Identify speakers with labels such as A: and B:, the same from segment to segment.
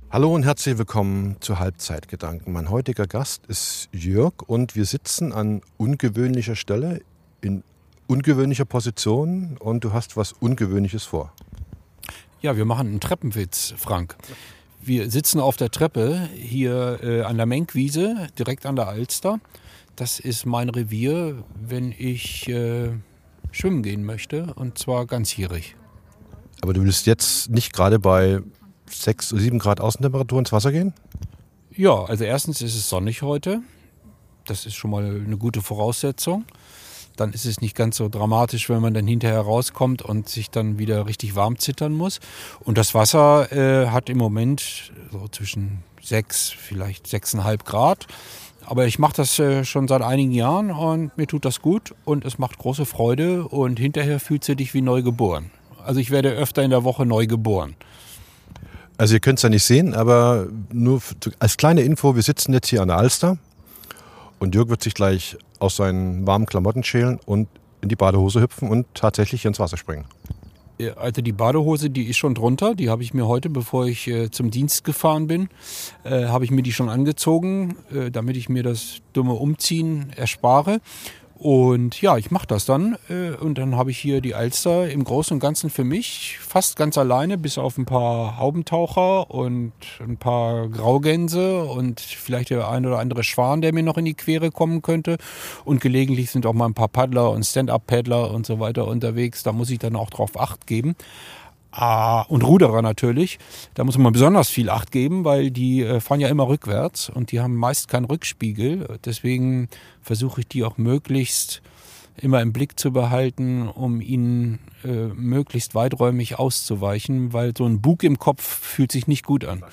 A: Hallo und herzlich willkommen zu Halbzeitgedanken. Mein heutiger Gast ist Jörg und wir sitzen an ungewöhnlicher Stelle, in ungewöhnlicher Position und du hast was Ungewöhnliches vor.
B: Ja, wir machen einen Treppenwitz, Frank. Wir sitzen auf der Treppe hier an der Menkwiese, direkt an der Alster. Das ist mein Revier, wenn ich schwimmen gehen möchte, und zwar ganzjährig.
A: Aber du willst jetzt nicht gerade bei 6 oder 7 Grad Außentemperatur ins Wasser gehen?
B: Ja, also erstens ist es sonnig heute. Das ist schon mal eine gute Voraussetzung. Dann ist es nicht ganz so dramatisch, wenn man dann hinterher rauskommt und sich dann wieder richtig warm zittern muss. Und das Wasser hat im Moment so zwischen 6, vielleicht 6,5 Grad. Aber ich mache das schon seit einigen Jahren und mir tut das gut und es macht große Freude und hinterher fühlst du dich wie neu geboren. Also ich werde öfter in der Woche neu geboren.
A: Also ihr könnt es ja nicht sehen, aber nur als kleine Info, wir sitzen jetzt hier an der Alster und Jörg wird sich gleich aus seinen warmen Klamotten schälen und in die Badehose hüpfen und tatsächlich ins Wasser springen.
B: Also die Badehose, die ist schon drunter, die habe ich mir heute, bevor ich zum Dienst gefahren bin, habe ich mir die schon angezogen, damit ich mir das dumme Umziehen erspare. Und ja, ich mache das dann und dann habe ich hier die Alster im Großen und Ganzen für mich, fast ganz alleine, bis auf ein paar Haubentaucher und ein paar Graugänse und vielleicht der ein oder andere Schwan, der mir noch in die Quere kommen könnte. Und gelegentlich sind auch mal ein paar Paddler und Stand-Up-Paddler und so weiter unterwegs. Da muss ich dann auch drauf Acht geben. Und Ruderer natürlich, da muss man besonders viel Acht geben, weil die fahren ja immer rückwärts und die haben meist keinen Rückspiegel. Deswegen versuche ich die auch möglichst immer im Blick zu behalten, um ihnen möglichst weiträumig auszuweichen, weil so ein Bug im Kopf fühlt sich nicht gut an.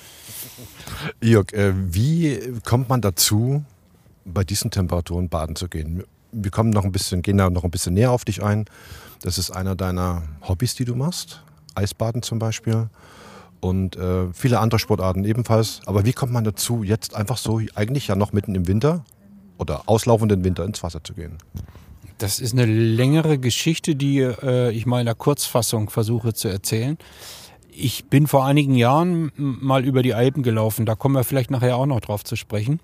A: Jörg, wie kommt man dazu, bei diesen Temperaturen baden zu gehen? Wir gehen da noch ein bisschen näher auf dich ein. Das ist einer deiner Hobbys, die du machst. Eisbaden zum Beispiel und viele andere Sportarten ebenfalls. Aber wie kommt man dazu, jetzt einfach so eigentlich ja noch mitten im Winter oder auslaufenden Winter ins Wasser zu gehen?
B: Das ist eine längere Geschichte, die ich mal in der Kurzfassung versuche zu erzählen. Ich bin vor einigen Jahren mal über die Alpen gelaufen, da kommen wir vielleicht nachher auch noch drauf zu sprechen.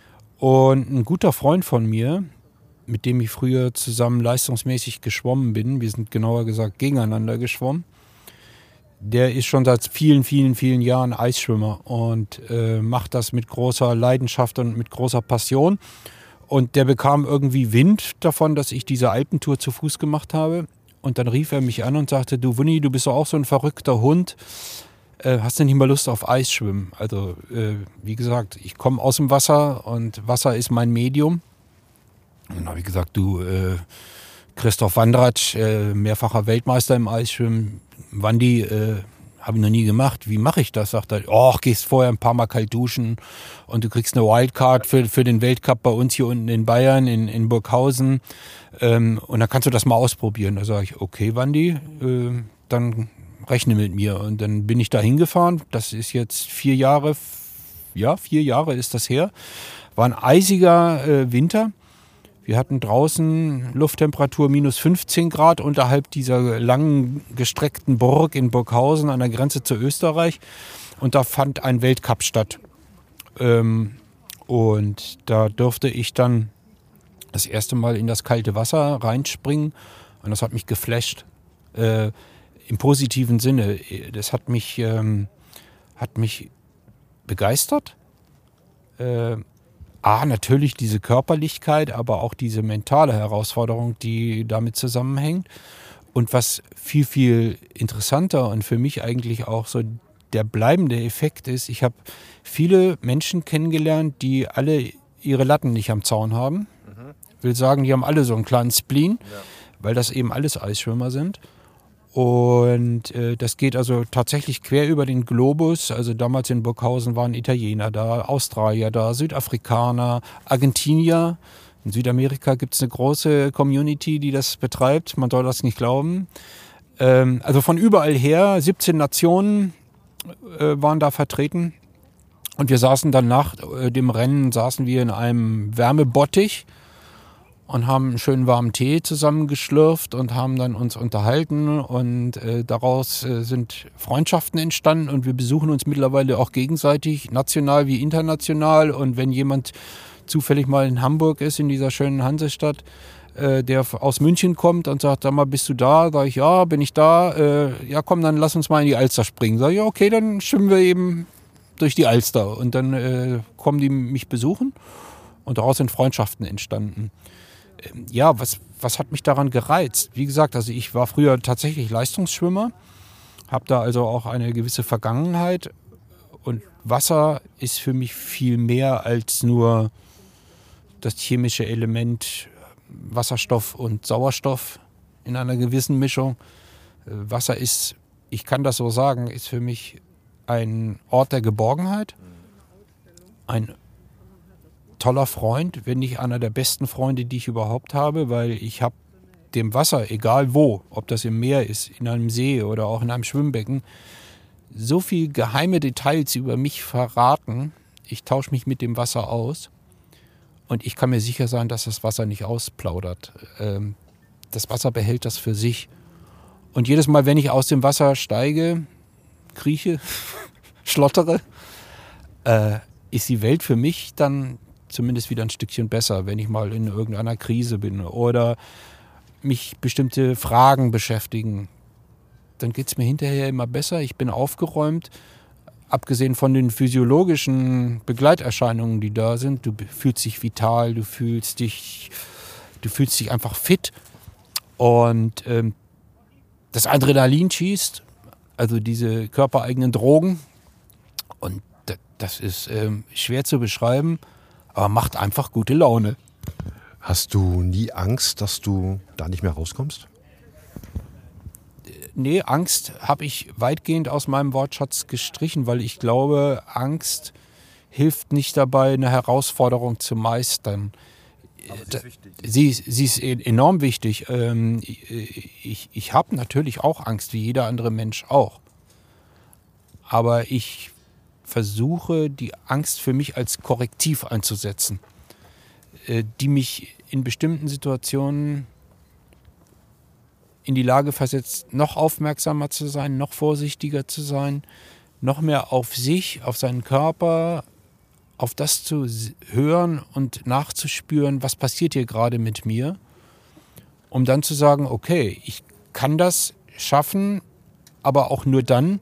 B: Und ein guter Freund von mir, mit dem ich früher zusammen leistungsmäßig geschwommen bin, wir sind genauer gesagt gegeneinander geschwommen, der ist schon seit vielen, vielen, vielen Jahren Eisschwimmer und macht das mit großer Leidenschaft und mit großer Passion. Und der bekam irgendwie Wind davon, dass ich diese Alpentour zu Fuß gemacht habe. Und dann rief er mich an und sagte, du Wunni, du bist doch auch so ein verrückter Hund. Hast du nicht mal Lust auf Eisschwimmen? Also wie gesagt, ich komme aus dem Wasser und Wasser ist mein Medium. Und dann habe ich gesagt, du Christoph Wandratsch, mehrfacher Weltmeister im Eisschwimmen. Wandi, habe ich noch nie gemacht. Wie mache ich das? Sagt er, gehst vorher ein paar Mal kalt duschen und du kriegst eine Wildcard für den Weltcup bei uns hier unten in Bayern, in Burghausen. Und dann kannst du das mal ausprobieren. Da sage ich, okay, Wandi, dann rechne mit mir. Und dann bin ich da hingefahren. Das ist jetzt 4 Jahre, 4 Jahre ist das her. War ein eisiger Winter. Wir hatten draußen Lufttemperatur minus 15 Grad unterhalb dieser langen gestreckten Burg in Burghausen an der Grenze zu Österreich. Und da fand ein Weltcup statt. Und da durfte ich dann das erste Mal in das kalte Wasser reinspringen. Und das hat mich geflasht. Im positiven Sinne. Das hat mich begeistert. Natürlich diese Körperlichkeit, aber auch diese mentale Herausforderung, die damit zusammenhängt. Und was viel, viel interessanter und für mich eigentlich auch so der bleibende Effekt ist, ich habe viele Menschen kennengelernt, die alle ihre Latten nicht am Zaun haben. Ich will sagen, die haben alle so einen kleinen Spleen, weil das eben alles Eisschwimmer sind. Und das geht also tatsächlich quer über den Globus. Also damals in Burghausen waren Italiener da, Australier da, Südafrikaner, Argentinier. In Südamerika gibt es eine große Community, die das betreibt. Man soll das nicht glauben. Also von überall her, 17 Nationen waren da vertreten. Und wir saßen dann nach dem Rennen in einem Wärmebottich. und haben einen schönen warmen Tee zusammengeschlürft und haben dann uns unterhalten und daraus sind Freundschaften entstanden und wir besuchen uns mittlerweile auch gegenseitig, national wie international, und wenn jemand zufällig mal in Hamburg ist, in dieser schönen Hansestadt, der aus München kommt und sagt, sag mal, bist du da? Sag ich, ja, bin ich da. Ja, komm, dann lass uns mal in die Alster springen. Sag ich, ja, okay, dann schwimmen wir eben durch die Alster. Und dann kommen die mich besuchen und daraus sind Freundschaften entstanden. Ja, was hat mich daran gereizt? Wie gesagt, also ich war früher tatsächlich Leistungsschwimmer, habe da also auch eine gewisse Vergangenheit, und Wasser ist für mich viel mehr als nur das chemische Element Wasserstoff und Sauerstoff in einer gewissen Mischung. Wasser ist, ich kann das so sagen, ist für mich ein Ort der Geborgenheit, ein toller Freund, wenn nicht einer der besten Freunde, die ich überhaupt habe, weil ich habe dem Wasser, egal wo, ob das im Meer ist, in einem See oder auch in einem Schwimmbecken, so viel geheime Details über mich verraten. Ich tausche mich mit dem Wasser aus. Und ich kann mir sicher sein, dass das Wasser nicht ausplaudert. Das Wasser behält das für sich. Und jedes Mal, wenn ich aus dem Wasser steige, krieche, schlottere, ist die Welt für mich dann zumindest wieder ein Stückchen besser, wenn ich mal in irgendeiner Krise bin oder mich bestimmte Fragen beschäftigen. Dann geht es mir hinterher immer besser. Ich bin aufgeräumt. Abgesehen von den physiologischen Begleiterscheinungen, die da sind, du fühlst dich vital, du fühlst dich einfach fit. Und das Adrenalin schießt, also diese körpereigenen Drogen. Und das ist schwer zu beschreiben, aber macht einfach gute Laune.
A: Hast du nie Angst, dass du da nicht mehr rauskommst?
B: Nee, Angst habe ich weitgehend aus meinem Wortschatz gestrichen, weil ich glaube, Angst hilft nicht dabei, eine Herausforderung zu meistern. Sie ist enorm wichtig. Ich habe natürlich auch Angst, wie jeder andere Mensch auch. Aber ich versuche, die Angst für mich als Korrektiv einzusetzen, die mich in bestimmten Situationen in die Lage versetzt, noch aufmerksamer zu sein, noch vorsichtiger zu sein, noch mehr auf sich, auf seinen Körper, auf das zu hören und nachzuspüren, was passiert hier gerade mit mir, um dann zu sagen, okay, ich kann das schaffen, aber auch nur dann,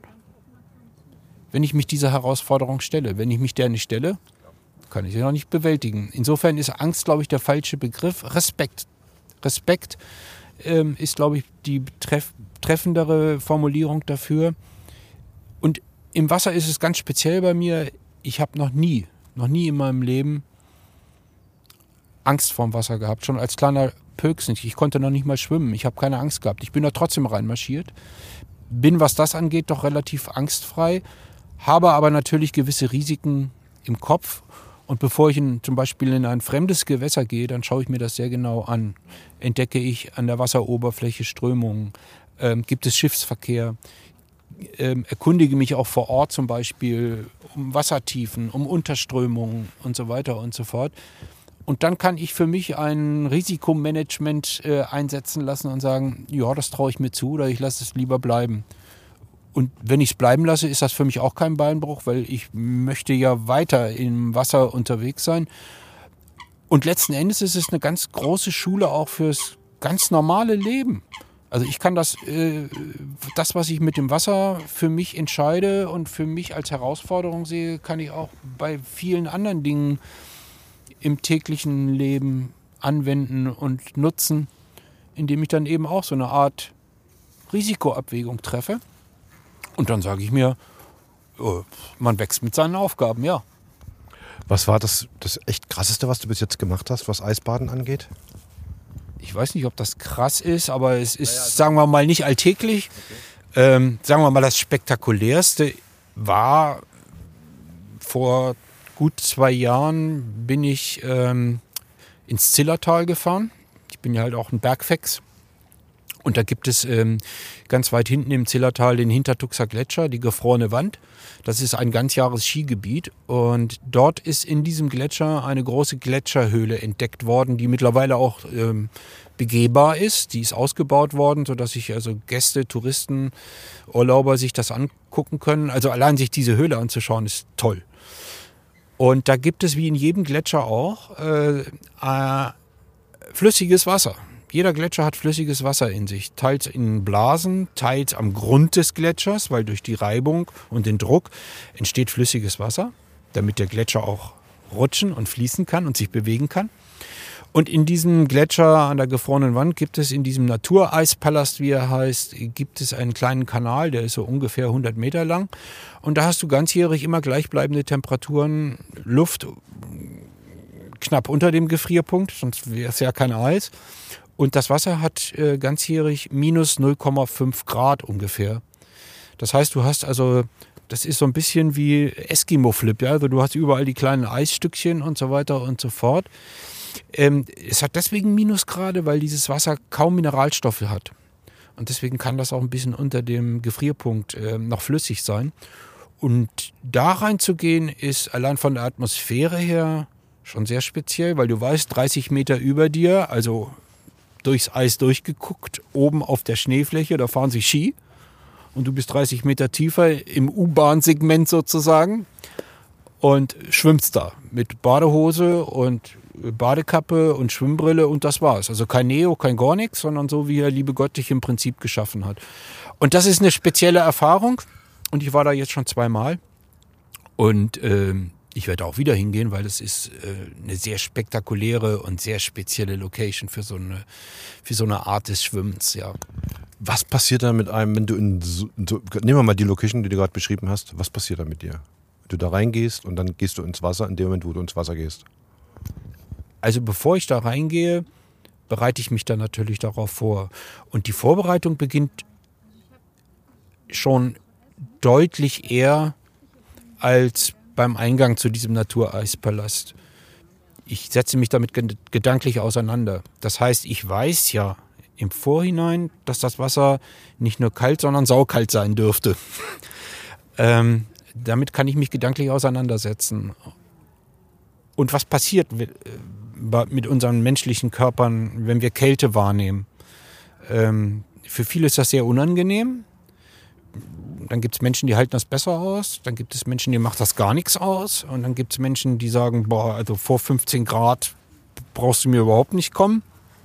B: wenn ich mich dieser Herausforderung stelle. Wenn ich mich der nicht stelle, kann ich sie noch nicht bewältigen. Insofern ist Angst, glaube ich, der falsche Begriff. Respekt. Respekt ist, glaube ich, die treffendere Formulierung dafür. Und im Wasser ist es ganz speziell bei mir, ich habe noch nie in meinem Leben Angst vorm Wasser gehabt. Schon als kleiner Pöks nicht. Ich konnte noch nicht mal schwimmen. Ich habe keine Angst gehabt. Ich bin da trotzdem reinmarschiert. Bin, was das angeht, doch relativ angstfrei. Habe aber natürlich gewisse Risiken im Kopf. Und bevor ich zum Beispiel in ein fremdes Gewässer gehe, dann schaue ich mir das sehr genau an. Entdecke ich an der Wasseroberfläche Strömungen? Gibt es Schiffsverkehr? Erkundige mich auch vor Ort zum Beispiel um Wassertiefen, um Unterströmungen und so weiter und so fort. Und dann kann ich für mich ein Risikomanagement einsetzen lassen und sagen, ja, das traue ich mir zu oder ich lasse es lieber bleiben. Und wenn ich es bleiben lasse, ist das für mich auch kein Beinbruch, weil ich möchte ja weiter im Wasser unterwegs sein. Und letzten Endes ist es eine ganz große Schule auch fürs ganz normale Leben. Also ich kann das, was ich mit dem Wasser für mich entscheide und für mich als Herausforderung sehe, kann ich auch bei vielen anderen Dingen im täglichen Leben anwenden und nutzen, indem ich dann eben auch so eine Art Risikoabwägung treffe. Und dann sage ich mir, man wächst mit seinen Aufgaben, ja.
A: Was war das echt Krasseste, was du bis jetzt gemacht hast, was Eisbaden angeht?
B: Ich weiß nicht, ob das krass ist, aber es ist, sagen wir mal, nicht alltäglich. Okay. Sagen wir mal, das Spektakulärste war, vor gut 2 Jahren bin ich ins Zillertal gefahren. Ich bin ja halt auch ein Bergfex. Und da gibt es ganz weit hinten im Zillertal den Hintertuxer Gletscher, die gefrorene Wand. Das ist ein ganzjahres Skigebiet. Und dort ist in diesem Gletscher eine große Gletscherhöhle entdeckt worden, die mittlerweile auch begehbar ist. Die ist ausgebaut worden, sodass sich also Gäste, Touristen, Urlauber sich das angucken können. Also allein sich diese Höhle anzuschauen, ist toll. Und da gibt es wie in jedem Gletscher auch flüssiges Wasser. Jeder Gletscher hat flüssiges Wasser in sich, teils in Blasen, teils am Grund des Gletschers, weil durch die Reibung und den Druck entsteht flüssiges Wasser, damit der Gletscher auch rutschen und fließen kann und sich bewegen kann. Und in diesem Gletscher an der gefrorenen Wand gibt es in diesem Natureispalast, wie er heißt, gibt es einen kleinen Kanal, der ist so ungefähr 100 Meter lang. Und da hast du ganzjährig immer gleichbleibende Temperaturen, Luft knapp unter dem Gefrierpunkt, sonst wäre es ja kein Eis. Und das Wasser hat ganzjährig minus 0,5 Grad ungefähr. Das heißt, du hast also, das ist so ein bisschen wie Eskimo-Flip, ja? Also du hast überall die kleinen Eisstückchen und so weiter und so fort. Es hat deswegen Minusgrade, weil dieses Wasser kaum Mineralstoffe hat. Und deswegen kann das auch ein bisschen unter dem Gefrierpunkt noch flüssig sein. Und da reinzugehen ist allein von der Atmosphäre her schon sehr speziell, weil du weißt, 30 Meter über dir, also durchs Eis durchgeguckt, oben auf der Schneefläche, da fahren sie Ski und du bist 30 Meter tiefer im U-Bahn-Segment sozusagen und schwimmst da mit Badehose und Badekappe und Schwimmbrille und das war's. Also kein Neo, kein gar nichts, sondern so, wie der liebe Gott dich im Prinzip geschaffen hat. Und das ist eine spezielle Erfahrung und ich war da jetzt schon 2-mal und ich werde auch wieder hingehen, weil es ist eine sehr spektakuläre und sehr spezielle Location für so eine Art des Schwimmens, ja.
A: Was passiert dann mit einem, wenn du nehmen wir mal die Location, die du gerade beschrieben hast, was passiert dann mit dir? Wenn du da reingehst und dann gehst du ins Wasser, in dem Moment, wo du ins Wasser gehst?
B: Also bevor ich da reingehe, bereite ich mich dann natürlich darauf vor. Und die Vorbereitung beginnt schon deutlich eher als beim Eingang zu diesem Natureispalast. Ich setze mich damit gedanklich auseinander. Das heißt, ich weiß ja im Vorhinein, dass das Wasser nicht nur kalt, sondern saukalt sein dürfte. Damit kann ich mich gedanklich auseinandersetzen. Und was passiert mit unseren menschlichen Körpern, wenn wir Kälte wahrnehmen? Für viele ist das sehr unangenehm. Dann gibt es Menschen, die halten das besser aus. Dann gibt es Menschen, die macht das gar nichts aus. Und dann gibt es Menschen, die sagen, boah, also vor 15 Grad brauchst du mir überhaupt nicht kommen.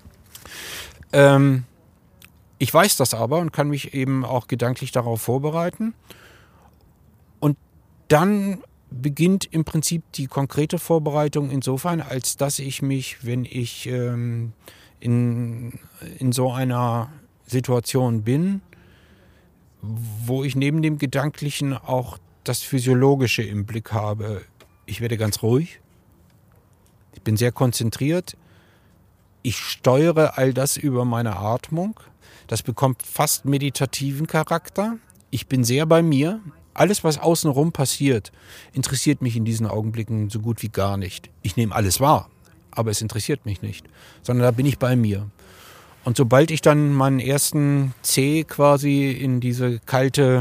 B: Ich weiß das aber und kann mich eben auch gedanklich darauf vorbereiten. Und dann beginnt im Prinzip die konkrete Vorbereitung insofern, als dass ich mich, wenn ich in so einer Situation bin, wo ich neben dem Gedanklichen auch das Physiologische im Blick habe. Ich werde ganz ruhig. Ich bin sehr konzentriert. Ich steuere all das über meine Atmung. Das bekommt fast meditativen Charakter. Ich bin sehr bei mir. Alles, was außenrum passiert, interessiert mich in diesen Augenblicken so gut wie gar nicht. Ich nehme alles wahr, aber es interessiert mich nicht. Sondern da bin ich bei mir. Und sobald ich dann meinen ersten Zeh quasi in diese kalte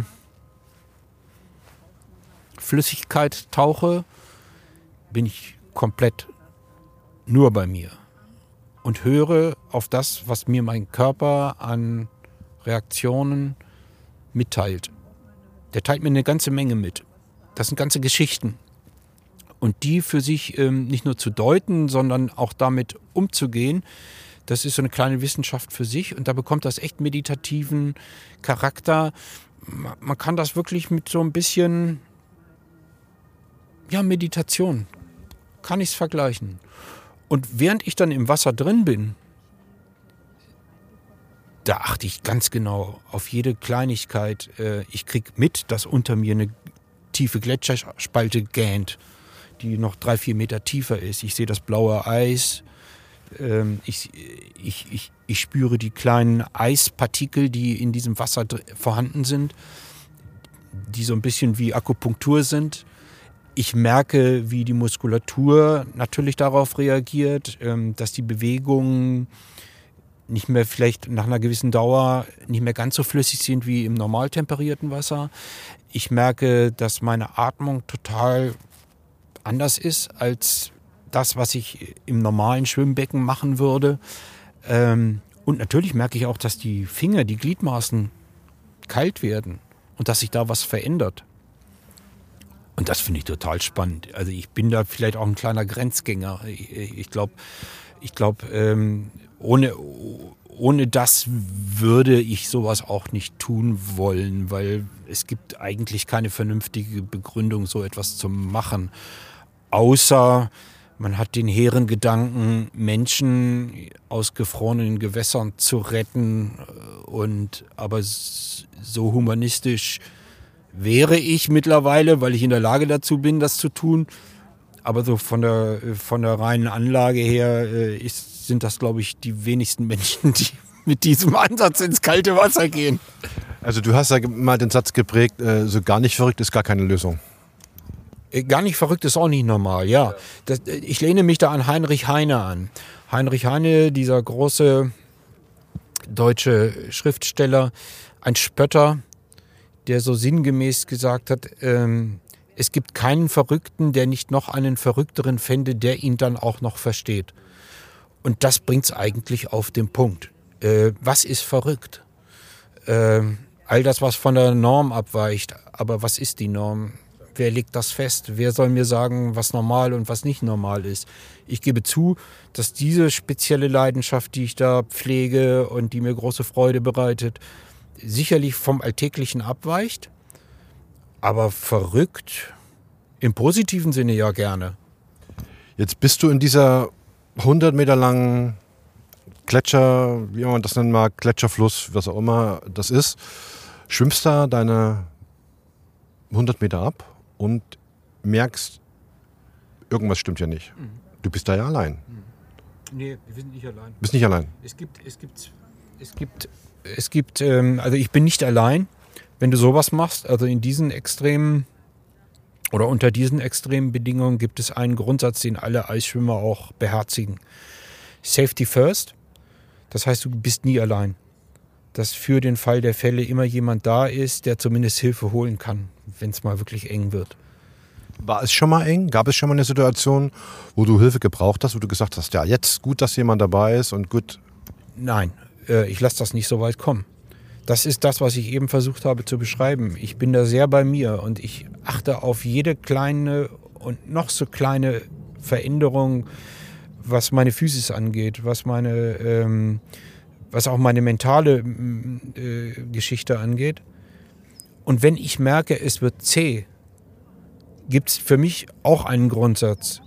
B: Flüssigkeit tauche, bin ich komplett nur bei mir und höre auf das, was mir mein Körper an Reaktionen mitteilt. Der teilt mir eine ganze Menge mit. Das sind ganze Geschichten. Und die für sich nicht nur zu deuten, sondern auch damit umzugehen, das ist so eine kleine Wissenschaft für sich und da bekommt das echt meditativen Charakter. Man kann das wirklich mit so ein bisschen, ja, Meditation, kann ich es vergleichen. Und während ich dann im Wasser drin bin, da achte ich ganz genau auf jede Kleinigkeit. Ich kriege mit, dass unter mir eine tiefe Gletscherspalte gähnt, die noch 3-4 Meter tiefer ist. Ich sehe das blaue Eis. Ich spüre die kleinen Eispartikel, die in diesem Wasser vorhanden sind, die so ein bisschen wie Akupunktur sind. Ich merke, wie die Muskulatur natürlich darauf reagiert, dass die Bewegungen nicht mehr vielleicht nach einer gewissen Dauer nicht mehr ganz so flüssig sind wie im normal temperierten Wasser. Ich merke, dass meine Atmung total anders ist als das, was ich im normalen Schwimmbecken machen würde. Und natürlich merke ich auch, dass die Finger, die Gliedmaßen kalt werden und dass sich da was verändert. Und das finde ich total spannend. Also ich bin da vielleicht auch ein kleiner Grenzgänger. Ich glaube, ohne das würde ich sowas auch nicht tun wollen, weil es gibt eigentlich keine vernünftige Begründung, so etwas zu machen. Außer man hat den hehren Gedanken, Menschen aus gefrorenen Gewässern zu retten. Aber so humanistisch wäre ich mittlerweile, weil ich in der Lage dazu bin, das zu tun. Aber so von der reinen Anlage her sind das, glaube ich, die wenigsten Menschen, die mit diesem Ansatz ins kalte Wasser gehen.
A: Also du hast ja mal den Satz geprägt, so gar nicht verrückt ist gar keine Lösung.
B: Gar nicht verrückt ist auch nicht normal, ja. Ich lehne mich da an Heinrich Heine an. Heinrich Heine, dieser große deutsche Schriftsteller, ein Spötter, der so sinngemäß gesagt hat, es gibt keinen Verrückten, der nicht noch einen Verrückteren fände, der ihn dann auch noch versteht. Und das bringt es eigentlich auf den Punkt. Was ist verrückt? All das, was von der Norm abweicht. Aber was ist die Norm? Wer legt das fest? Wer soll mir sagen, was normal und was nicht normal ist? Ich gebe zu, dass diese spezielle Leidenschaft, die ich da pflege und die mir große Freude bereitet, sicherlich vom Alltäglichen abweicht. Aber verrückt, im positiven Sinne ja gerne.
A: Jetzt bist du in dieser 100 Meter langen Gletscher, wie man das nennen mag, Gletscherfluss, was auch immer das ist, schwimmst da deine 100 Meter ab und merkst, irgendwas stimmt ja nicht. Du bist da ja allein.
B: Nee, wir sind nicht allein.
A: Bist nicht allein?
B: Also ich bin nicht allein, wenn du sowas machst. Also in diesen extremen oder unter diesen extremen Bedingungen gibt es einen Grundsatz, den alle Eisschwimmer auch beherzigen. Safety first. Das heißt, du bist nie allein. Dass für den Fall der Fälle immer jemand da ist, der zumindest Hilfe holen kann, wenn es mal wirklich eng wird.
A: War es schon mal eng? Gab es schon mal eine Situation, wo du Hilfe gebraucht hast, wo du gesagt hast, ja, jetzt gut, dass jemand dabei ist und gut?
B: Nein, ich lasse das nicht so weit kommen. Das ist das, was ich eben versucht habe zu beschreiben. Ich bin da sehr bei mir und ich achte auf jede kleine und noch so kleine Veränderung, was meine Physis angeht, was auch meine mentale Geschichte angeht. Und wenn ich merke, es wird zäh, gibt es für mich auch einen Grundsatz.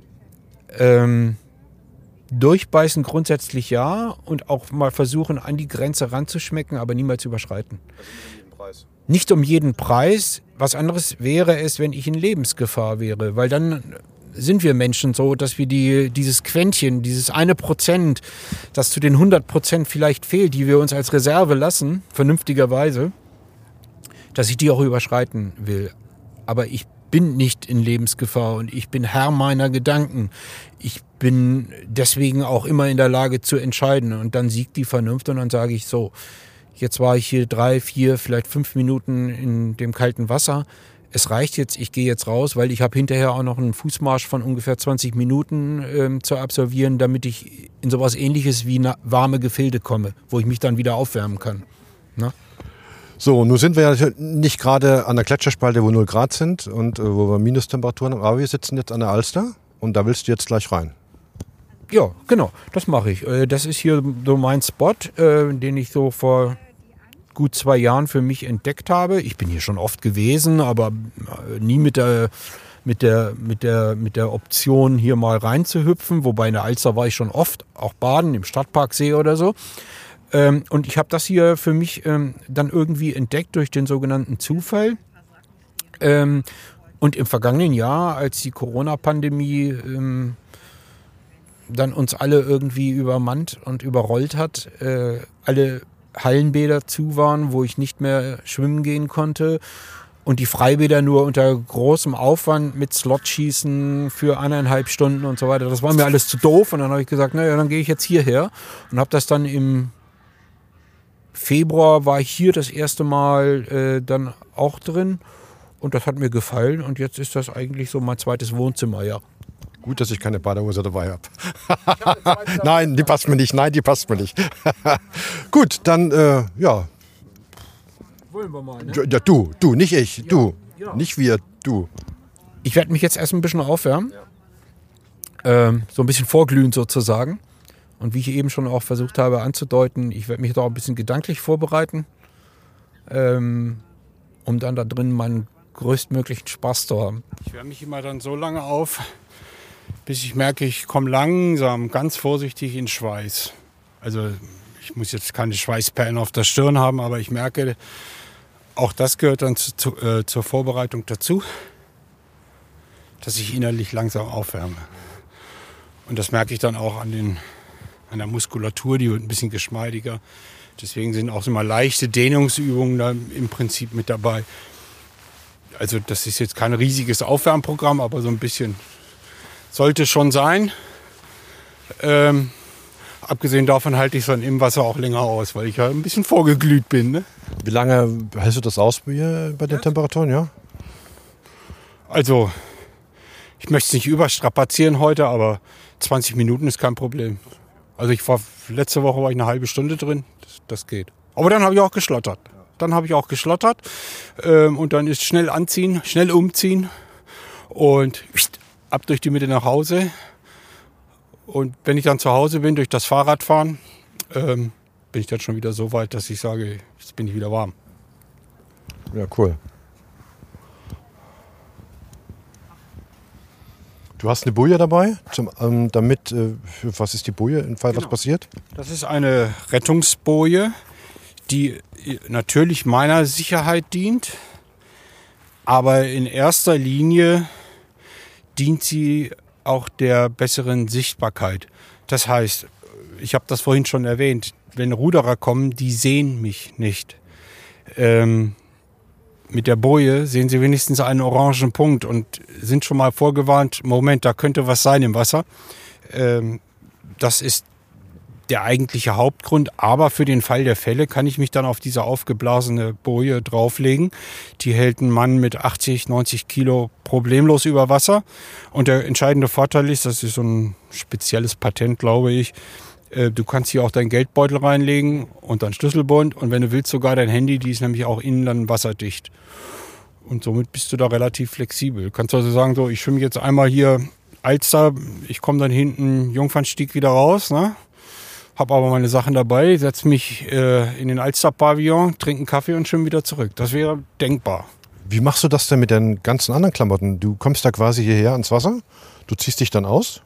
B: Durchbeißen grundsätzlich ja und auch mal versuchen, an die Grenze ranzuschmecken, aber niemals überschreiten. Nicht um jeden Preis. Was anderes wäre es, wenn ich in Lebensgefahr wäre, weil dann sind wir Menschen so, dass wir dieses Quäntchen, dieses 1%, das zu den 100% vielleicht fehlt, die wir uns als Reserve lassen, vernünftigerweise, dass ich die auch überschreiten will. Aber ich bin nicht in Lebensgefahr und ich bin Herr meiner Gedanken. Ich bin deswegen auch immer in der Lage zu entscheiden. Und dann siegt die Vernunft und dann sage ich so, jetzt war ich hier 3, 4, vielleicht 5 Minuten in dem kalten Wasser. Es reicht jetzt, ich gehe jetzt raus, weil ich habe hinterher auch noch einen Fußmarsch von ungefähr 20 Minuten zu absolvieren, damit ich in sowas Ähnliches wie warme Gefilde komme, wo ich mich dann wieder aufwärmen kann. Na?
A: So, nun sind wir ja nicht gerade an der Gletscherspalte, wo 0 Grad sind und wo wir Minustemperaturen haben, aber wir sitzen jetzt an der Alster und da willst du jetzt gleich rein.
B: Ja, genau, das mache ich. Das ist hier so mein Spot, den ich so vor gut 2 Jahren für mich entdeckt habe. Ich bin hier schon oft gewesen, aber nie mit der Option, hier mal reinzuhüpfen. Wobei in der Alster war ich schon oft, auch baden, im Stadtparksee oder so. Und ich habe das hier für mich dann irgendwie entdeckt durch den sogenannten Zufall. Und im vergangenen Jahr, als die Corona-Pandemie dann uns alle irgendwie übermannt und überrollt hat, alle Hallenbäder zu waren, wo ich nicht mehr schwimmen gehen konnte Und die Freibäder nur unter großem Aufwand mit Slotschießen für 1,5 Stunden und so weiter. Das war mir alles zu doof. Und dann habe ich gesagt, naja, dann gehe ich jetzt hierher. Und habe das dann im Februar war ich hier das erste Mal dann auch drin. Und das hat mir gefallen. Und jetzt ist das eigentlich so mein zweites Wohnzimmer, ja.
A: Gut, dass ich keine Badehose dabei habe. Nein, die passt mir nicht. Nein, die passt mir nicht. Gut, dann, ja.
B: Wollen wir mal, ne?
A: Ja, du, nicht ich, du.
B: Ja.
A: Nicht wir, du.
B: Ich werde mich jetzt erst ein bisschen aufwärmen. So ein bisschen vorglühen sozusagen. Und wie ich eben schon auch versucht habe anzudeuten, ich werde mich da auch ein bisschen gedanklich vorbereiten, um dann da drin meinen größtmöglichen Spaß zu haben. Ich wärme mich immer dann so lange auf, bis ich merke, ich komme langsam, ganz vorsichtig in Schweiß. Also ich muss jetzt keine Schweißperlen auf der Stirn haben, aber ich merke, auch das gehört dann zur Vorbereitung dazu, dass ich innerlich langsam aufwärme. Und das merke ich dann auch an der Muskulatur, die wird ein bisschen geschmeidiger. Deswegen sind auch immer leichte Dehnungsübungen da im Prinzip mit dabei. Also das ist jetzt kein riesiges Aufwärmprogramm, aber so ein bisschen sollte schon sein. Abgesehen davon halte ich es dann im Wasser auch länger aus, weil ich ja ein bisschen vorgeglüht bin. Ne?
A: Wie lange hältst du das aus bei den Temperaturen, ja?
B: Also, ich möchte es nicht überstrapazieren heute, aber 20 Minuten ist kein Problem. Also letzte Woche war ich eine halbe Stunde drin, das geht. Aber dann habe ich auch geschlottert. Und dann ist schnell anziehen, schnell umziehen und ab durch die Mitte nach Hause. Und wenn ich dann zu Hause bin, durch das Fahrradfahren, bin ich dann schon wieder so weit, dass ich sage, jetzt bin ich wieder warm.
A: Ja, cool. Du hast eine Boje dabei, was ist die Boje, im Fall was passiert?
B: Das ist eine Rettungsboje, die natürlich meiner Sicherheit dient, aber in erster Linie dient sie auch der besseren Sichtbarkeit. Das heißt, ich habe das vorhin schon erwähnt, wenn Ruderer kommen, die sehen mich nicht. Mit der Boje sehen sie wenigstens einen orangen Punkt und sind schon mal vorgewarnt, Moment, da könnte was sein im Wasser. Das ist der eigentliche Hauptgrund, aber für den Fall der Fälle kann ich mich dann auf diese aufgeblasene Boje drauflegen. Die hält einen Mann mit 80, 90 Kilo problemlos über Wasser. Und der entscheidende Vorteil ist, das ist so ein spezielles Patent, glaube ich, du kannst hier auch deinen Geldbeutel reinlegen und deinen Schlüsselbund und wenn du willst sogar dein Handy, die ist nämlich auch innen dann wasserdicht. Und somit bist du da relativ flexibel. Du kannst also sagen, so, ich schwimme jetzt einmal hier Alster, ich komme dann hinten Jungfernstieg wieder raus, ne? Habe aber meine Sachen dabei, setze mich in den Alster-Pavillon, trinke einen Kaffee und schwimme wieder zurück. Das wäre denkbar.
A: Wie machst du das denn mit den ganzen anderen Klamotten? Du kommst da quasi hierher ans Wasser, du ziehst dich dann aus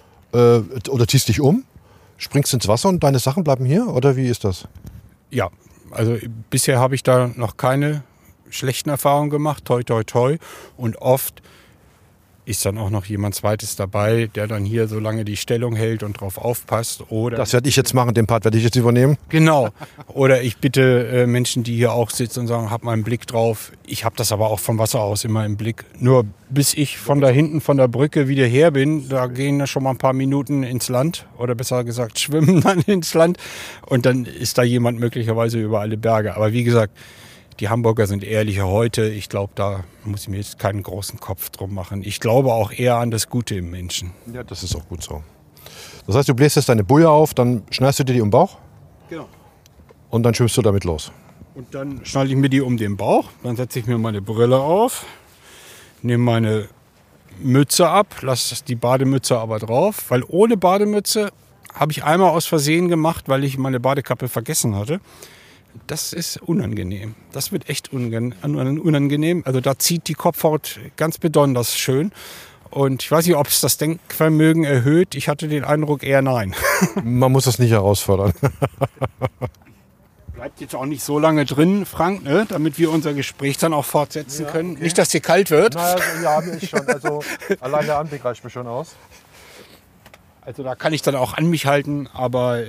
A: oder ziehst dich um, springst ins Wasser und deine Sachen bleiben hier? Oder wie ist das?
B: Ja, also bisher habe ich da noch keine schlechten Erfahrungen gemacht, toi toi toi. Und oft ist dann auch noch jemand Zweites dabei, der dann hier so lange die Stellung hält und drauf aufpasst. Oder
A: das werde ich jetzt machen, den Part werde ich jetzt übernehmen.
B: Genau. Oder ich bitte Menschen, die hier auch sitzen und sagen, hab mal einen Blick drauf. Ich habe das aber auch vom Wasser aus immer im Blick. Nur bis ich von da hinten von der Brücke wieder her bin, da gehen ja schon mal ein paar Minuten ins Land. Oder besser gesagt, schwimmen dann ins Land. Und dann ist da jemand möglicherweise über alle Berge. Aber wie gesagt, die Hamburger sind ehrlicher heute. Ich glaube, da muss ich mir jetzt keinen großen Kopf drum machen. Ich glaube auch eher an das Gute im Menschen.
A: Ja, das ist auch gut so. Das heißt, du bläst jetzt deine Boje auf, dann schneidest du dir die um den Bauch.
B: Genau.
A: Und dann schwimmst du damit los.
B: Und dann schnalle ich mir die um den Bauch. Dann setze ich mir meine Brille auf, nehme meine Mütze ab, lasse die Bademütze aber drauf. Weil ohne Bademütze habe ich einmal aus Versehen gemacht, weil ich meine Badekappe vergessen hatte. Das ist unangenehm. Das wird echt unangenehm. Also da zieht die Kopfhaut ganz besonders schön. Und ich weiß nicht, ob es das Denkvermögen erhöht. Ich hatte den Eindruck, eher nein.
A: Man muss das nicht herausfordern.
B: Bleibt jetzt auch nicht so lange drin, Frank, ne? Damit wir unser Gespräch dann auch fortsetzen können. Okay. Nicht, dass dir kalt wird.
A: Naja, ja, mir ist schon. Also allein der Anblick reicht mir schon aus.
B: Also da kann ich dann auch an mich halten, aber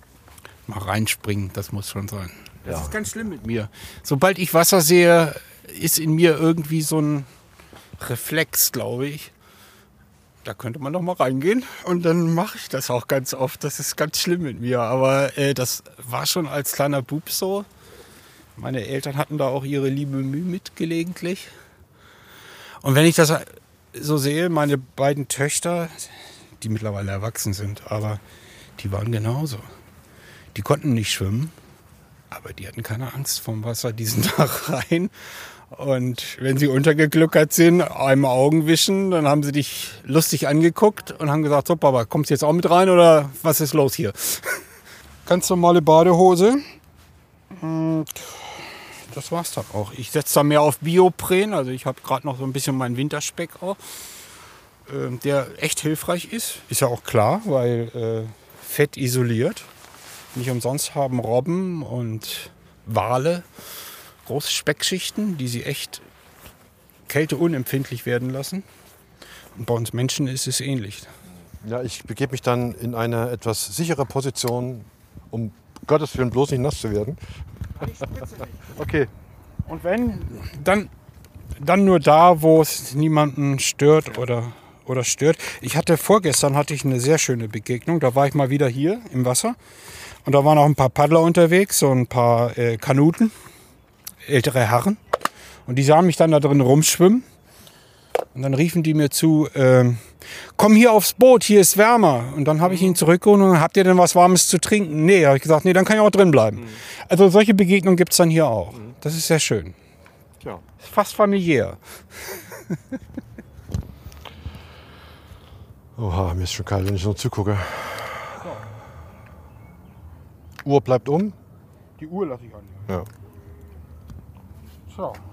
B: mal reinspringen, das muss schon sein. Das ist ganz schlimm mit mir. Sobald ich Wasser sehe, ist in mir irgendwie so ein Reflex, glaube ich. Da könnte man doch mal reingehen und dann mache ich das auch ganz oft. Das ist ganz schlimm mit mir, aber das war schon als kleiner Bub so. Meine Eltern hatten da auch ihre liebe Mühe mit gelegentlich. Und wenn ich das so sehe, meine beiden Töchter, die mittlerweile erwachsen sind, aber die waren genauso. Die konnten nicht schwimmen, aber die hatten keine Angst vom Wasser, die sind da rein. Und wenn sie untergegluckert sind, einmal Augen wischen, dann haben sie dich lustig angeguckt und haben gesagt, so Papa, kommst du jetzt auch mit rein oder was ist los hier? Ganz normale Badehose. Und das war's dann auch. Ich setze da mehr auf Biopren, also ich habe gerade noch so ein bisschen meinen Winterspeck auch, der echt hilfreich ist. Ist ja auch klar, weil Fett isoliert. Nicht umsonst haben Robben und Wale große Speckschichten, die sie echt kälteunempfindlich werden lassen. Und bei uns Menschen ist es ähnlich.
A: Ja, ich begebe mich dann in eine etwas sichere Position, um Gottes Willen bloß nicht nass zu werden. Okay.
B: Und wenn, dann nur da, wo es niemanden stört oder stört. Vorgestern hatte ich eine sehr schöne Begegnung. Da war ich mal wieder hier im Wasser. Und da waren auch ein paar Paddler unterwegs, so ein paar Kanuten, ältere Herren. Und die sahen mich dann da drin rumschwimmen. Und dann riefen die mir zu, komm hier aufs Boot, hier ist wärmer. Und dann habe ich ihn zurückgeholt und habt ihr denn was Warmes zu trinken? Nee, habe ich gesagt, nee, dann kann ich auch drin bleiben. Also solche Begegnungen gibt es dann hier auch. Das ist sehr schön.
A: Ja.
B: Fast familiär.
A: Oha, mir ist schon kalt, wenn ich so zugucke. Uhr bleibt um.
B: Die Uhr lasse ich an.
A: Ja.
B: So.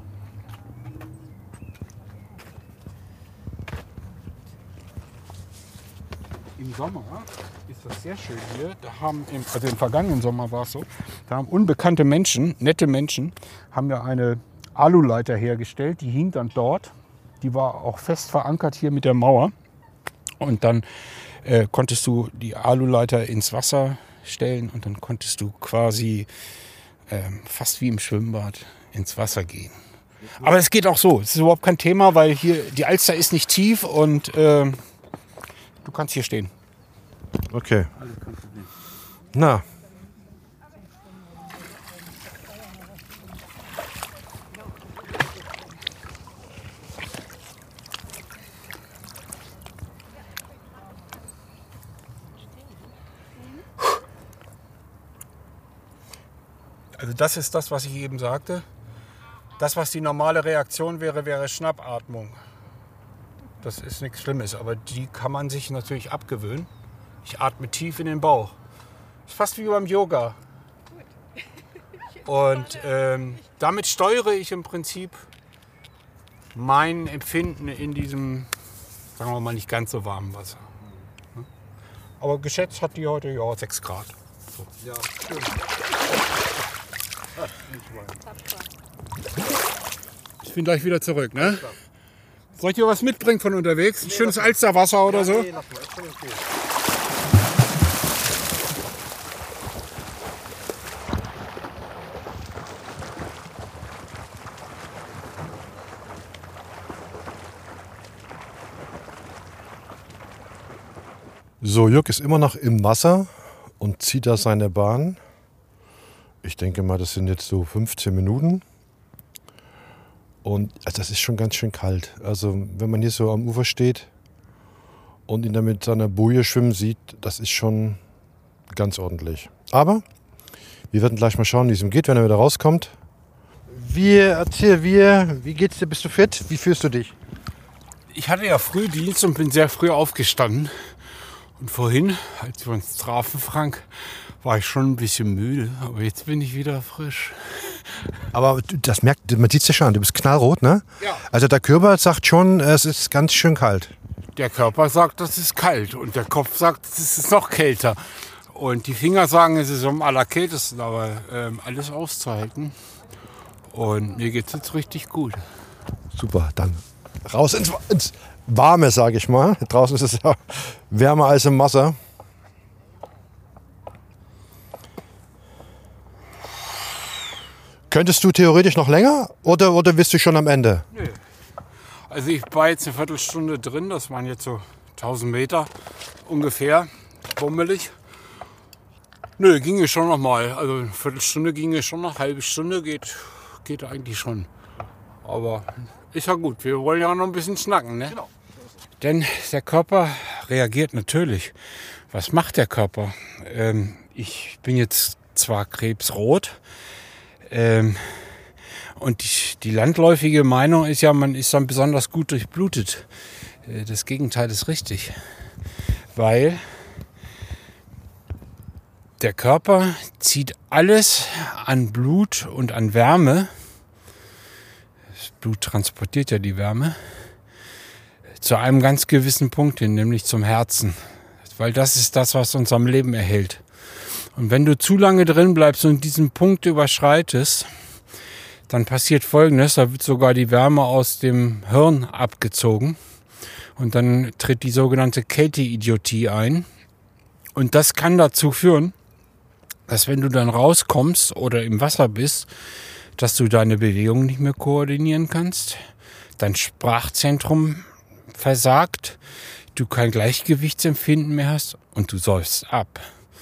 B: Im Sommer ist das sehr schön hier. Im vergangenen Sommer war es so, da haben unbekannte Menschen, nette Menschen, haben ja eine Aluleiter hergestellt, die hing dann dort. Die war auch fest verankert hier mit der Mauer. Und dann konntest du die Aluleiter ins Wasser stellen und dann konntest du quasi fast wie im Schwimmbad ins Wasser gehen. Aber es geht auch so. Es ist überhaupt kein Thema, weil hier die Alster ist nicht tief und du kannst hier stehen.
A: Okay. Na.
B: Also das ist das, was ich eben sagte. Das, was die normale Reaktion wäre, wäre Schnappatmung. Das ist nichts Schlimmes, aber die kann man sich natürlich abgewöhnen. Ich atme tief in den Bauch. Ist fast wie beim Yoga. Und damit steuere ich im Prinzip mein Empfinden in diesem, sagen wir mal, nicht ganz so warmen Wasser. Aber geschätzt hat die heute ja 6 Grad. So.
A: Ja, schön.
B: Ich bin gleich wieder zurück, ne? Soll ich dir was mitbringen von unterwegs? Ein schönes Alsterwasser oder so?
A: Nee, lass mal. Ist schon okay. So, Jörg ist immer noch im Wasser und zieht da seine Bahn. Ich denke mal, das sind jetzt so 15 Minuten. Und also das ist schon ganz schön kalt. Also wenn man hier so am Ufer steht und ihn dann mit seiner Boje schwimmen sieht, das ist schon ganz ordentlich. Aber wir werden gleich mal schauen, wie es ihm geht, wenn er wieder rauskommt. Wie geht's dir? Bist du fit? Wie fühlst du dich?
B: Ich hatte ja Frühdienst und bin sehr früh aufgestanden. Und vorhin, als wir uns trafen, Frank, war ich schon ein bisschen müde. Aber jetzt bin ich wieder frisch.
A: Aber das man sieht es ja schon, du bist knallrot, ne?
B: Ja.
A: Also der Körper sagt schon, es ist ganz schön kalt.
B: Der Körper sagt, das ist kalt. Und der Kopf sagt, es ist noch kälter. Und die Finger sagen, es ist am allerkältesten. Aber alles auszuhalten. Und mir geht es jetzt richtig gut.
A: Super, dann raus ins Warme, sage ich mal. Draußen ist es ja wärmer als im Wasser. Könntest du theoretisch noch länger oder bist du schon am Ende?
B: Nö. Also ich war jetzt eine Viertelstunde drin, das waren jetzt so 1000 Meter ungefähr, bummelig. Nö, ginge schon noch mal. Also eine Viertelstunde ginge schon noch, halbe Stunde geht eigentlich schon. Aber ist ja gut, wir wollen ja noch ein bisschen schnacken, ne? Genau. Denn der Körper reagiert natürlich. Was macht der Körper? Ich bin jetzt zwar krebsrot, und die landläufige Meinung ist ja, man ist dann besonders gut durchblutet. Das Gegenteil ist richtig. Weil der Körper zieht alles an Blut und an Wärme. Das Blut transportiert ja die Wärme zu einem ganz gewissen Punkt hin, nämlich zum Herzen. Weil das ist das, was uns am Leben erhält. Und wenn du zu lange drin bleibst und diesen Punkt überschreitest, dann passiert Folgendes, da wird sogar die Wärme aus dem Hirn abgezogen und dann tritt die sogenannte Kälteidiotie ein. Und das kann dazu führen, dass wenn du dann rauskommst oder im Wasser bist, dass du deine Bewegung nicht mehr koordinieren kannst, dein Sprachzentrum versagt, du kein Gleichgewichtsempfinden mehr hast und du säufst ab.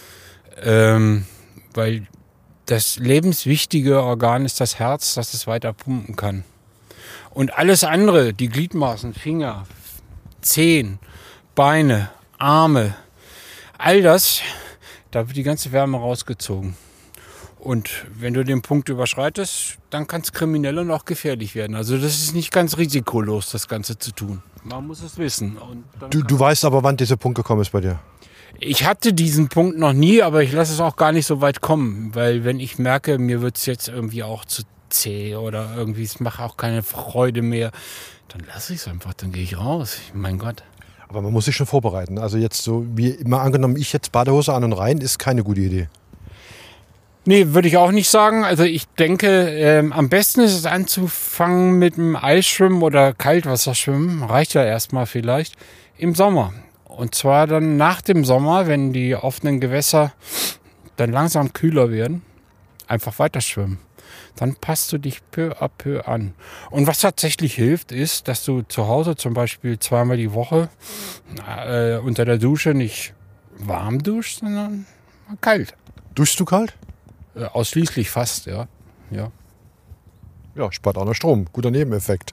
B: Weil das lebenswichtige Organ ist das Herz, dass es weiter pumpen kann. Und alles andere, die Gliedmaßen, Finger, Zehen, Beine, Arme, all das, da wird die ganze Wärme rausgezogen. Und wenn du den Punkt überschreitest, dann kann es kriminell und auch gefährlich werden. Also das ist nicht ganz risikolos, das Ganze zu tun. Man muss es wissen. Und
A: Du weißt aber, wann dieser Punkt gekommen ist bei dir?
B: Ich hatte diesen Punkt noch nie, aber ich lasse es auch gar nicht so weit kommen. Weil wenn ich merke, mir wird es jetzt irgendwie auch zu zäh oder irgendwie, es macht auch keine Freude mehr, dann lasse ich es einfach, dann gehe ich raus. Mein Gott.
A: Aber man muss sich schon vorbereiten. Also jetzt so, wie immer angenommen, ich jetzt Badehose an und rein, ist keine gute Idee.
B: Nee, würde ich auch nicht sagen. Also ich denke, am besten ist es anzufangen mit einem Eisschwimmen oder Kaltwasserschwimmen. Reicht ja erstmal vielleicht im Sommer. Und zwar dann nach dem Sommer, wenn die offenen Gewässer dann langsam kühler werden, einfach weiter schwimmen. Dann passt du dich peu à peu an. Und was tatsächlich hilft, ist, dass du zu Hause zum Beispiel zweimal die Woche unter der Dusche nicht warm duschst, sondern kalt.
A: Duschst du kalt?
B: Ausschließlich fast, ja. Ja,
A: spart auch noch Strom. Guter Nebeneffekt.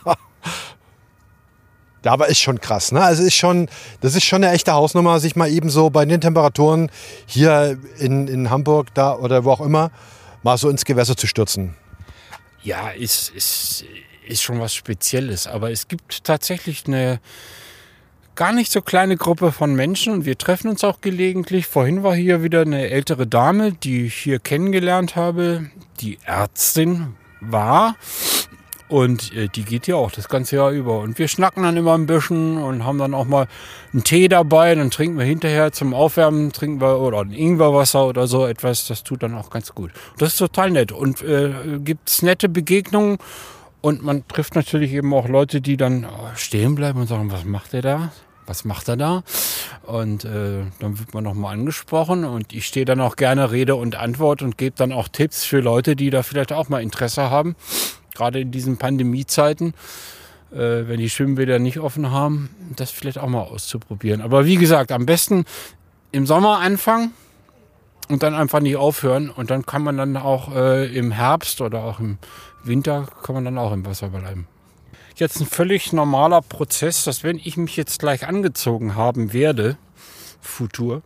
A: Ja, aber ist schon krass, ne? Also das ist schon eine echte Hausnummer, sich mal eben so bei den Temperaturen hier in Hamburg da oder wo auch immer mal so ins Gewässer zu stürzen.
B: Ja, ist schon was Spezielles. Aber es gibt tatsächlich eine gar nicht so kleine Gruppe von Menschen und wir treffen uns auch gelegentlich. Vorhin war hier wieder eine ältere Dame, die ich hier kennengelernt habe, die Ärztin war. Und die geht ja auch das ganze Jahr über. Und wir schnacken dann immer ein bisschen und haben dann auch mal einen Tee dabei. Dann trinken wir hinterher zum Aufwärmen, oder ein Ingwerwasser oder so etwas. Das tut dann auch ganz gut. Das ist total nett. Und gibt's nette Begegnungen. Und man trifft natürlich eben auch Leute, die dann stehen bleiben und sagen, was macht er da? Was macht er da? Und dann wird man nochmal angesprochen. Und ich stehe dann auch gerne Rede und Antwort und gebe dann auch Tipps für Leute, die da vielleicht auch mal Interesse haben. Gerade in diesen Pandemiezeiten, wenn die Schwimmbäder nicht offen haben, das vielleicht auch mal auszuprobieren. Aber wie gesagt, am besten im Sommer anfangen und dann einfach nicht aufhören. Und dann kann man dann auch im Herbst oder auch im Winter kann man dann auch im Wasser bleiben. Jetzt ein völlig normaler Prozess, dass wenn ich mich jetzt gleich angezogen haben werde, Futur,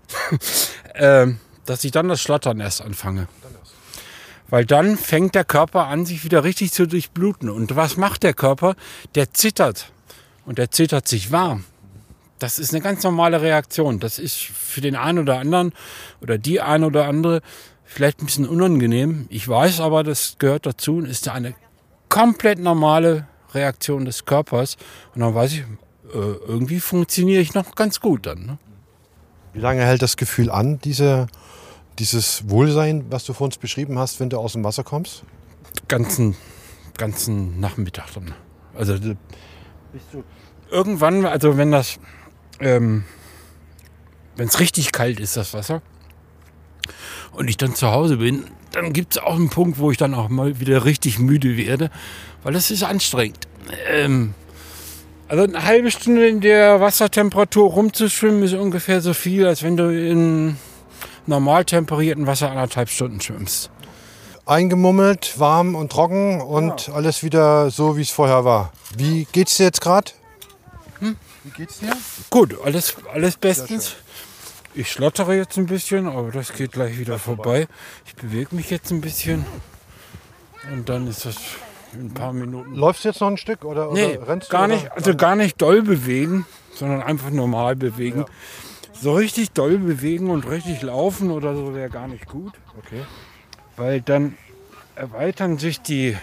B: dass ich dann das Schlottern erst anfange. Weil dann fängt der Körper an, sich wieder richtig zu durchbluten. Und was macht der Körper? Der zittert. Und der zittert sich warm. Das ist eine ganz normale Reaktion. Das ist für den einen oder anderen oder die eine oder andere vielleicht ein bisschen unangenehm. Ich weiß aber, das gehört dazu und ist eine komplett normale Reaktion des Körpers. Und dann weiß ich, irgendwie funktioniere ich noch ganz gut dann. Ne?
A: Wie lange hält das Gefühl an, dieses Wohlsein, was du vor uns beschrieben hast, wenn du aus dem Wasser kommst?
B: Ganzen Nachmittag dann. Also bist du irgendwann, also wenn das, wenn es richtig kalt ist, das Wasser, und ich dann zu Hause bin, dann gibt es auch einen Punkt, wo ich dann auch mal wieder richtig müde werde, weil es ist anstrengend. Also eine halbe Stunde in der Wassertemperatur rumzuschwimmen ist ungefähr so viel, als wenn du in normal temperiertem Wasser 1,5 Stunden schwimmst.
A: Eingemummelt, warm und trocken und alles wieder so, wie es vorher war. Wie geht's dir jetzt gerade? Wie geht's dir?
B: Gut, alles bestens. Ich schlottere jetzt ein bisschen, aber das geht gleich wieder vorbei. Ich bewege mich jetzt ein bisschen und dann ist das in ein paar Minuten.
A: Läufst du jetzt noch ein Stück oder rennst du?
B: Gar nicht, also gar nicht doll bewegen, sondern einfach normal bewegen. Ja. So richtig doll bewegen und richtig laufen oder so wäre gar nicht gut.
A: Okay.
B: Weil dann erweitern sich die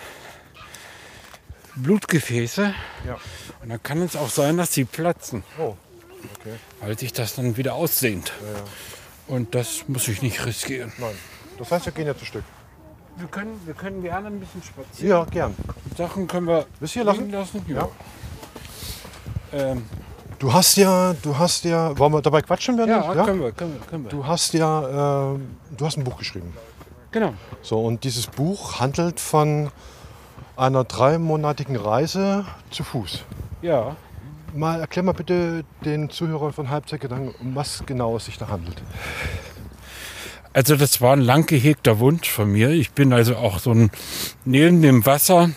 B: Blutgefäße und dann kann es auch sein, dass sie platzen.
A: Oh. Okay.
B: Weil sich das dann wieder aussehnt.
A: Ja.
B: Und das muss ich nicht riskieren.
A: Nein. Das heißt, wir gehen jetzt ein Stück.
B: Wir können gerne ein bisschen spazieren.
A: Ja, gern.
B: Sachen können wir
A: bis hier lassen?
B: Ja.
A: Du hast ja, wollen wir dabei quatschen werden?
B: Ja, können wir.
A: Du hast ja, du hast ein Buch geschrieben.
B: Genau.
A: So, und dieses Buch handelt von einer 3-monatigen Reise zu Fuß.
B: Ja.
A: Erklär mal bitte den Zuhörern von Halbzeitgedanken, um was genau es sich da handelt.
B: Also das war ein lang gehegter Wunsch von mir. Ich bin also auch neben dem Wasser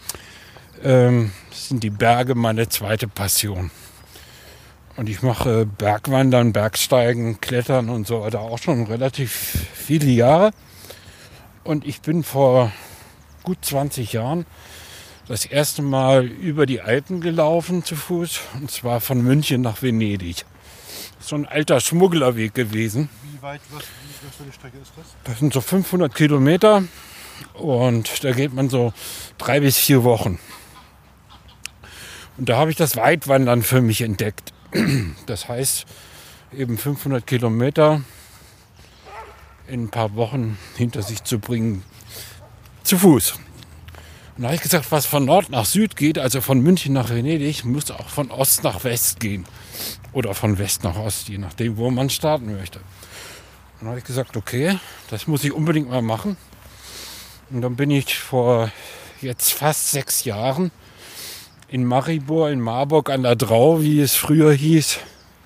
B: sind die Berge meine zweite Passion. Und ich mache Bergwandern, Bergsteigen, Klettern und so weiter auch schon relativ viele Jahre. Und ich bin vor gut 20 Jahren das erste Mal über die Alpen gelaufen zu Fuß. Und zwar von München nach Venedig. So ein alter Schmugglerweg gewesen.
A: Wie weit, was für eine Strecke ist das?
B: Das sind so 500 Kilometer und da geht man so 3 bis 4 Wochen. Und da habe ich das Weitwandern für mich entdeckt. Das heißt, eben 500 Kilometer in ein paar Wochen hinter sich zu bringen, zu Fuß. Und da habe ich gesagt, was von Nord nach Süd geht, also von München nach Venedig, muss auch von Ost nach West gehen. Oder von West nach Ost, je nachdem, wo man starten möchte. Und dann habe ich gesagt, okay, das muss ich unbedingt mal machen. Und dann bin ich vor jetzt fast 6 Jahren in Maribor, in Marburg an der Drau, wie es früher hieß,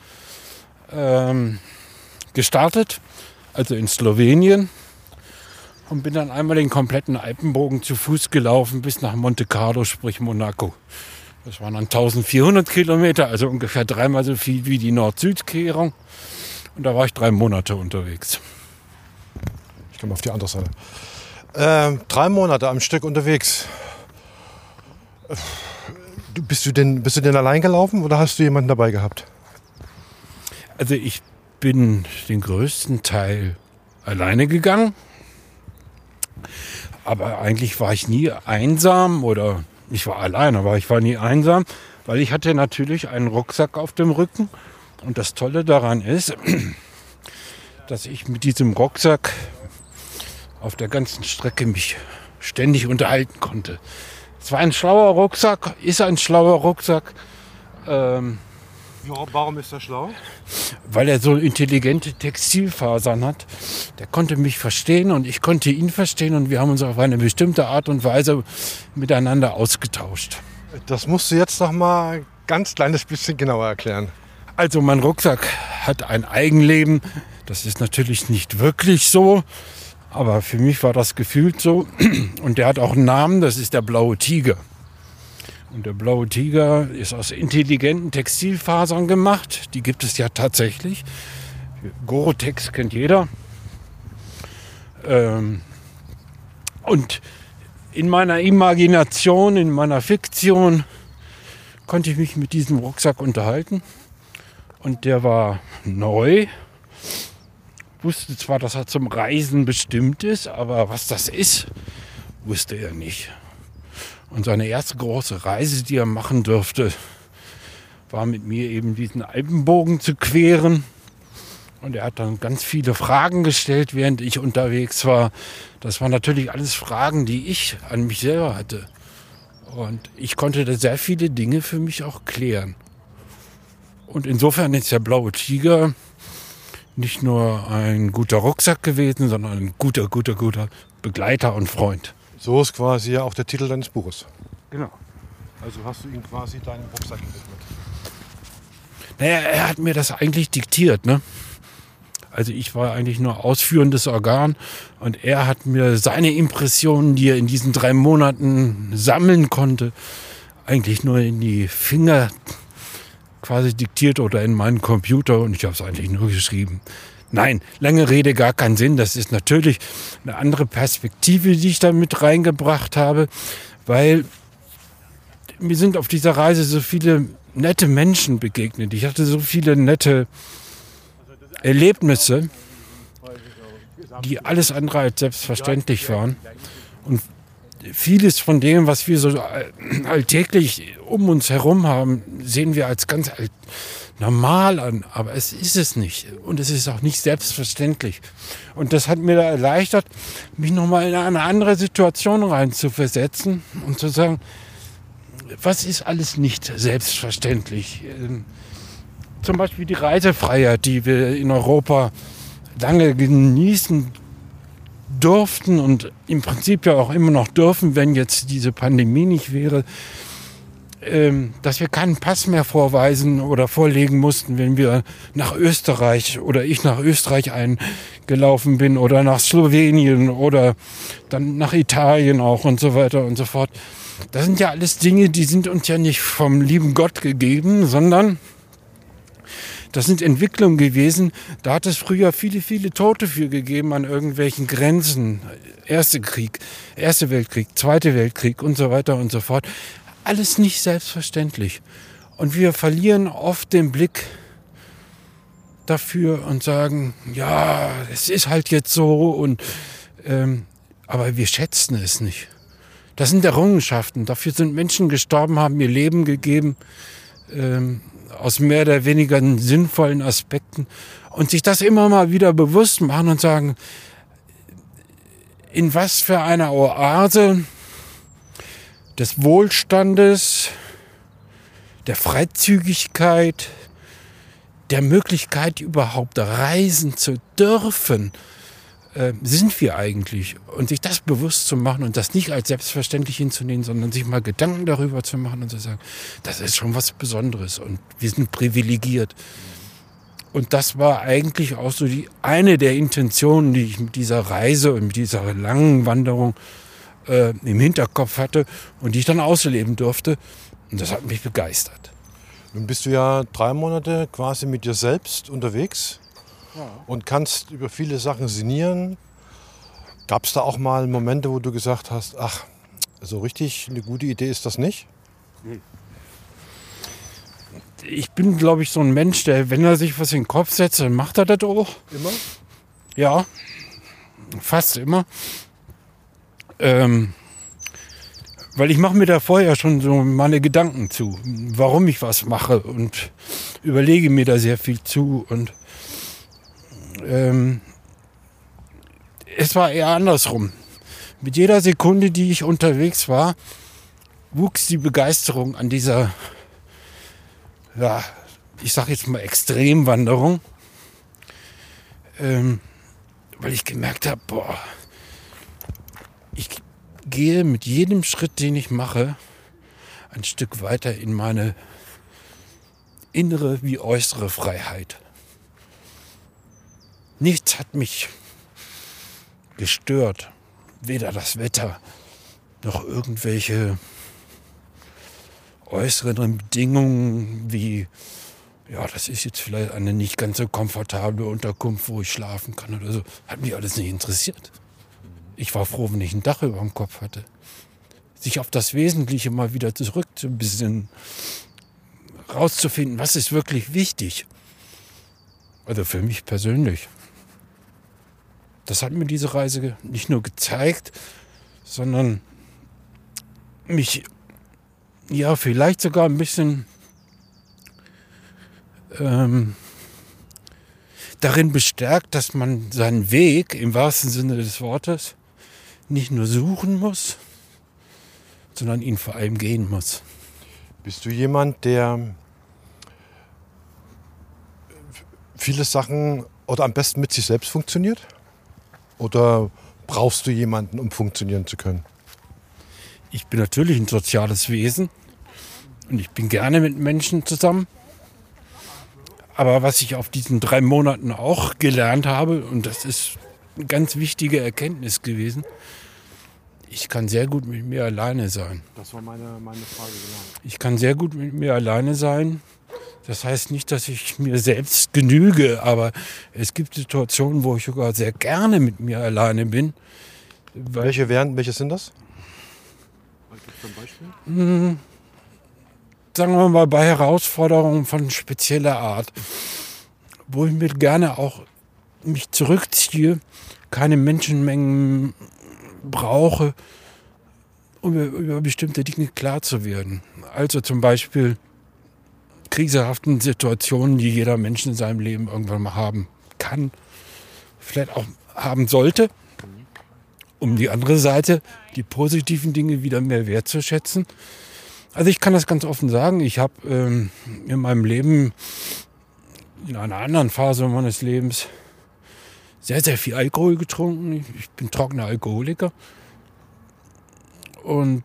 B: gestartet, also in Slowenien. Und bin dann einmal den kompletten Alpenbogen zu Fuß gelaufen bis nach Monte Carlo, sprich Monaco. Das waren dann 1400 Kilometer, also ungefähr 3-mal so viel wie die Nord-Süd-Kehrung. Und da war ich 3 Monate unterwegs.
A: Ich komme auf die andere Seite. 3 Monate am Stück unterwegs. Bist du denn allein gelaufen oder hast du jemanden dabei gehabt?
B: Also ich bin den größten Teil alleine gegangen. Aber eigentlich war ich nie einsam oder ich war allein, aber ich war nie einsam, weil ich hatte natürlich einen Rucksack auf dem Rücken. Und das Tolle daran ist, dass ich mit diesem Rucksack auf der ganzen Strecke mich ständig unterhalten konnte. Es war ein schlauer Rucksack, ist ein schlauer Rucksack.
A: Warum ist er schlau?
B: Weil er so intelligente Textilfasern hat. Der konnte mich verstehen und ich konnte ihn verstehen und wir haben uns auf eine bestimmte Art und Weise miteinander ausgetauscht.
A: Das musst du jetzt noch mal ein ganz kleines bisschen genauer erklären.
B: Also mein Rucksack hat ein Eigenleben. Das ist natürlich nicht wirklich so, aber für mich war das gefühlt so. Und der hat auch einen Namen, das ist der Blaue Tiger. Und der Blaue Tiger ist aus intelligenten Textilfasern gemacht. Die gibt es ja tatsächlich. Gore-Tex kennt jeder. Und in meiner Imagination, in meiner Fiktion konnte ich mich mit diesem Rucksack unterhalten. Und der war neu. Wusste zwar, dass er zum Reisen bestimmt ist, aber was das ist, wusste er nicht. Und seine erste große Reise, die er machen durfte, war mit mir eben diesen Alpenbogen zu queren. Und er hat dann ganz viele Fragen gestellt, während ich unterwegs war. Das waren natürlich alles Fragen, die ich an mich selber hatte. Und ich konnte da sehr viele Dinge für mich auch klären. Und insofern ist der Blaue Tiger nicht nur ein guter Rucksack gewesen, sondern ein guter Begleiter und Freund.
A: So ist quasi ja auch der Titel deines Buches.
B: Genau.
A: Also hast du ihm quasi deinen Rucksack gewidmet.
B: Naja, er hat mir das eigentlich diktiert, ne? Also ich war eigentlich nur ausführendes Organ und er hat mir seine Impressionen, die er in diesen 3 Monaten sammeln konnte, eigentlich nur in die Finger quasi diktiert oder in meinen Computer und ich habe es eigentlich nur geschrieben. Nein, lange Rede, gar keinen Sinn. Das ist natürlich eine andere Perspektive, die ich da mit reingebracht habe, weil mir sind auf dieser Reise so viele nette Menschen begegnet. Ich hatte so viele nette Erlebnisse, die alles andere als selbstverständlich waren. Und vieles von dem, was wir so alltäglich um uns herum haben, sehen wir als ganz normal an. Aber es ist es nicht. Und es ist auch nicht selbstverständlich. Und das hat mir da erleichtert, mich nochmal in eine andere Situation reinzuversetzen und zu sagen, was ist alles nicht selbstverständlich? Zum Beispiel die Reisefreiheit, die wir in Europa lange genießen durften und im Prinzip ja auch immer noch dürfen, wenn jetzt diese Pandemie nicht wäre, dass wir keinen Pass mehr vorweisen oder vorlegen mussten, wenn wir nach Österreich oder ich nach Österreich eingelaufen bin oder nach Slowenien oder dann nach Italien auch und so weiter und so fort. Das sind ja alles Dinge, die sind uns ja nicht vom lieben Gott gegeben, sondern das sind Entwicklungen gewesen, da hat es früher viele, viele Tote für gegeben an irgendwelchen Grenzen. Erster Weltkrieg, Zweiter Weltkrieg und so weiter und so fort. Alles nicht selbstverständlich. Und wir verlieren oft den Blick dafür und sagen, ja, es ist halt jetzt so. Aber wir schätzen es nicht. Das sind Errungenschaften. Dafür sind Menschen gestorben, haben ihr Leben gegeben. Aus mehr oder weniger sinnvollen Aspekten und sich das immer mal wieder bewusst machen und sagen, in was für einer Oase des Wohlstandes, der Freizügigkeit, der Möglichkeit überhaupt reisen zu dürfen, sind wir eigentlich? Und sich das bewusst zu machen und das nicht als selbstverständlich hinzunehmen, sondern sich mal Gedanken darüber zu machen und zu sagen, das ist schon was Besonderes und wir sind privilegiert. Und das war eigentlich auch so eine der Intentionen, die ich mit dieser Reise und mit dieser langen Wanderung im Hinterkopf hatte und die ich dann ausleben durfte. Und das hat mich begeistert.
A: Nun bist du ja 3 Monate quasi mit dir selbst unterwegs. Ja. Und kannst über viele Sachen sinnieren. Gab es da auch mal Momente, wo du gesagt hast, ach, so richtig eine gute Idee ist das nicht?
B: Ich bin, glaube ich, so ein Mensch, der, wenn er sich was in den Kopf setzt, dann macht er das auch.
A: Immer?
B: Ja, fast immer. Weil ich mache mir da vorher schon so meine Gedanken zu, warum ich was mache und überlege mir da sehr viel zu und es war eher andersrum. Mit jeder Sekunde, die ich unterwegs war, wuchs die Begeisterung an dieser, ja, ich sag jetzt mal Extremwanderung, weil ich gemerkt habe, boah, ich gehe mit jedem Schritt, den ich mache, ein Stück weiter in meine innere wie äußere Freiheit. Nichts hat mich gestört. Weder das Wetter noch irgendwelche äußeren Bedingungen wie, ja, das ist jetzt vielleicht eine nicht ganz so komfortable Unterkunft, wo ich schlafen kann oder so. Hat mich alles nicht interessiert. Ich war froh, wenn ich ein Dach über dem Kopf hatte. Sich auf das Wesentliche mal wieder zurück zu besinnen, rauszufinden, was ist wirklich wichtig. Also für mich persönlich. Das hat mir diese Reise nicht nur gezeigt, sondern mich ja vielleicht sogar ein bisschen darin bestärkt, dass man seinen Weg im wahrsten Sinne des Wortes nicht nur suchen muss, sondern ihn vor allem gehen muss.
A: Bist du jemand, der viele Sachen oder am besten mit sich selbst funktioniert? Oder brauchst du jemanden, um funktionieren zu können?
B: Ich bin natürlich ein soziales Wesen und ich bin gerne mit Menschen zusammen. Aber was ich auf diesen 3 Monaten auch gelernt habe, und das ist eine ganz wichtige Erkenntnis gewesen, ich kann sehr gut mit mir alleine sein.
A: Das war meine Frage, genau.
B: Ich kann sehr gut mit mir alleine sein. Das heißt nicht, dass ich mir selbst genüge, aber es gibt Situationen, wo ich sogar sehr gerne mit mir alleine bin.
A: Welche sind das? Zum Beispiel?
B: Sagen wir mal bei Herausforderungen von spezieller Art, wo ich mir gerne auch mich zurückziehe, keine Menschenmengen brauche, um über bestimmte Dinge klar zu werden. Also zum Beispiel krisenhaften Situationen, die jeder Mensch in seinem Leben irgendwann mal haben kann, vielleicht auch haben sollte, um die andere Seite, die positiven Dinge wieder mehr wertzuschätzen. Also ich kann das ganz offen sagen, ich habe in meinem Leben, in einer anderen Phase meines Lebens, sehr, sehr viel Alkohol getrunken. Ich bin trockener Alkoholiker. Und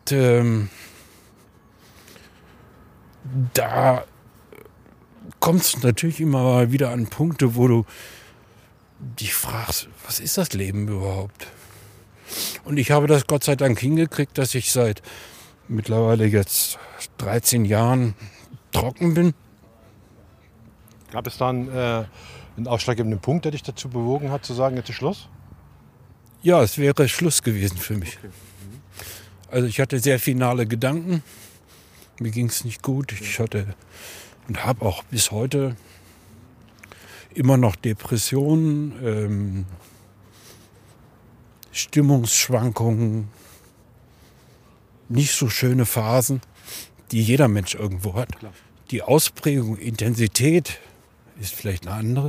B: da kommt es natürlich immer mal wieder an Punkte, wo du dich fragst, was ist das Leben überhaupt? Und ich habe das Gott sei Dank hingekriegt, dass ich seit mittlerweile jetzt 13 Jahren trocken bin.
A: Gab es dann einen ausschlaggebenden Punkt, der dich dazu bewogen hat, zu sagen, jetzt ist Schluss?
B: Ja, es wäre Schluss gewesen für mich.
A: Okay.
B: Also ich hatte sehr finale Gedanken. Mir ging es nicht gut. Ich hatte und habe auch bis heute immer noch Depressionen, Stimmungsschwankungen, nicht so schöne Phasen, die jeder Mensch irgendwo hat.
A: Klar.
B: Die Ausprägung, Intensität ist vielleicht eine andere.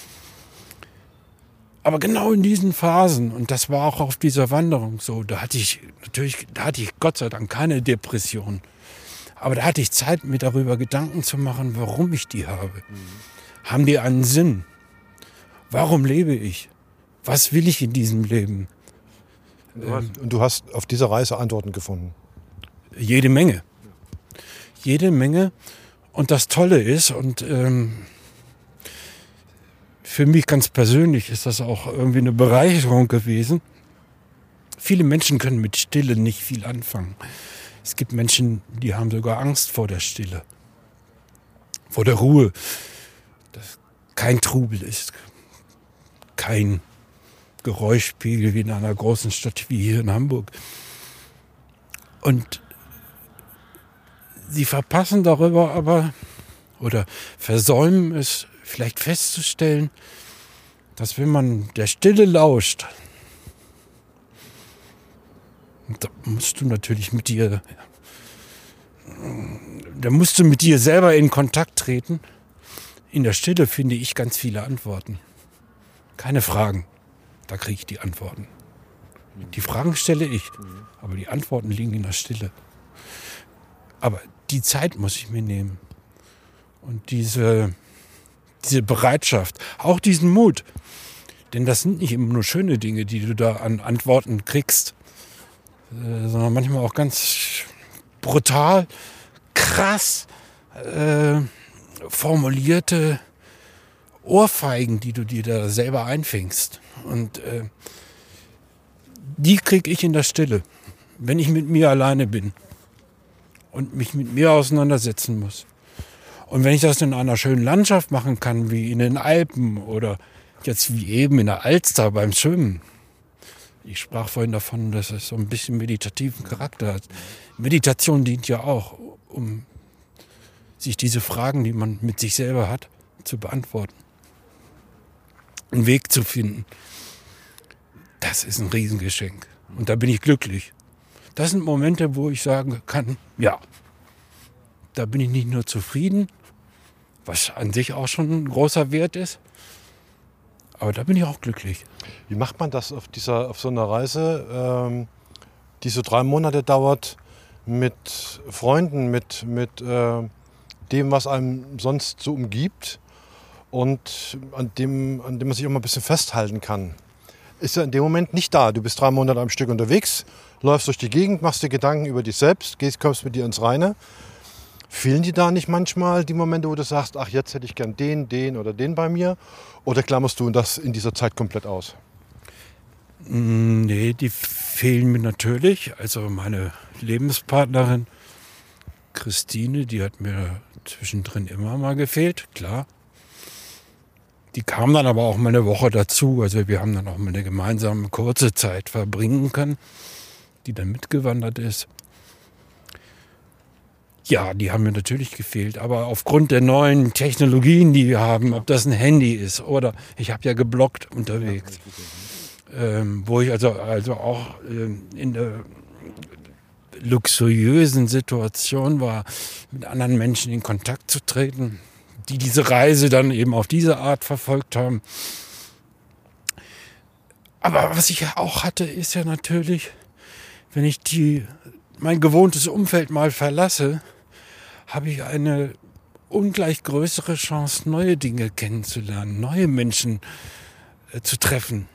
B: Aber genau in diesen Phasen, und das war auch auf dieser Wanderung so, da hatte ich Gott sei Dank keine Depression. Aber da hatte ich Zeit, mir darüber Gedanken zu machen, warum ich die habe. Haben die einen Sinn? Warum lebe ich? Was will ich in diesem Leben?
A: Und du hast auf dieser Reise Antworten gefunden?
B: Jede Menge. Jede Menge. Und das Tolle ist, und für mich ganz persönlich ist das auch irgendwie eine Bereicherung gewesen. Viele Menschen können mit Stille nicht viel anfangen. Es gibt Menschen, die haben sogar Angst vor der Stille, vor der Ruhe, dass kein Trubel ist, kein Geräuschpegel wie in einer großen Stadt wie hier in Hamburg. Und sie verpassen darüber aber oder versäumen es vielleicht festzustellen, dass wenn man der Stille lauscht, da musst du mit dir selber in Kontakt treten. In der Stille finde ich ganz viele Antworten. Keine Fragen, da kriege ich die Antworten. Die Fragen stelle ich, aber die Antworten liegen in der Stille. Aber die Zeit muss ich mir nehmen. Und diese Bereitschaft, auch diesen Mut. Denn das sind nicht immer nur schöne Dinge, die du da an Antworten kriegst, sondern manchmal auch ganz brutal, krass formulierte Ohrfeigen, die du dir da selber einfängst. Und die kriege ich in der Stille, wenn ich mit mir alleine bin und mich mit mir auseinandersetzen muss. Und wenn ich das in einer schönen Landschaft machen kann, wie in den Alpen oder jetzt wie eben in der Alster beim Schwimmen. Ich sprach vorhin davon, dass es so ein bisschen meditativen Charakter hat. Meditation dient ja auch, um sich diese Fragen, die man mit sich selber hat, zu beantworten. Einen Weg zu finden. Das ist ein Riesengeschenk. Und da bin ich glücklich. Das sind Momente, wo ich sagen kann, ja, da bin ich nicht nur zufrieden, was an sich auch schon ein großer Wert ist, aber da bin ich auch glücklich.
A: Wie macht man das auf so einer Reise, die so 3 Monate dauert, mit Freunden, mit dem, was einem sonst so umgibt und an dem man sich auch mal ein bisschen festhalten kann, ist ja in dem Moment nicht da. Du bist 3 Monate am Stück unterwegs, läufst durch die Gegend, machst dir Gedanken über dich selbst, kommst mit dir ins Reine. Fehlen dir da nicht manchmal die Momente, wo du sagst, ach, jetzt hätte ich gern den oder den bei mir? Oder klammerst du das in dieser Zeit komplett aus?
B: Nee, die fehlen mir natürlich. Also meine Lebenspartnerin Christine, die hat mir zwischendrin immer mal gefehlt, klar. Die kam dann aber auch mal eine Woche dazu. Also wir haben dann auch mal eine gemeinsame kurze Zeit verbringen können, die dann mitgewandert ist. Ja, die haben mir natürlich gefehlt, aber aufgrund der neuen Technologien, die wir haben, ob das ein Handy ist oder ich habe ja gebloggt unterwegs, wo ich also auch in der luxuriösen Situation war, mit anderen Menschen in Kontakt zu treten, die diese Reise dann eben auf diese Art verfolgt haben. Aber was ich ja auch hatte, ist ja natürlich, wenn ich mein gewohntes Umfeld mal verlasse, habe ich eine ungleich größere Chance, neue Dinge kennenzulernen, neue Menschen zu treffen.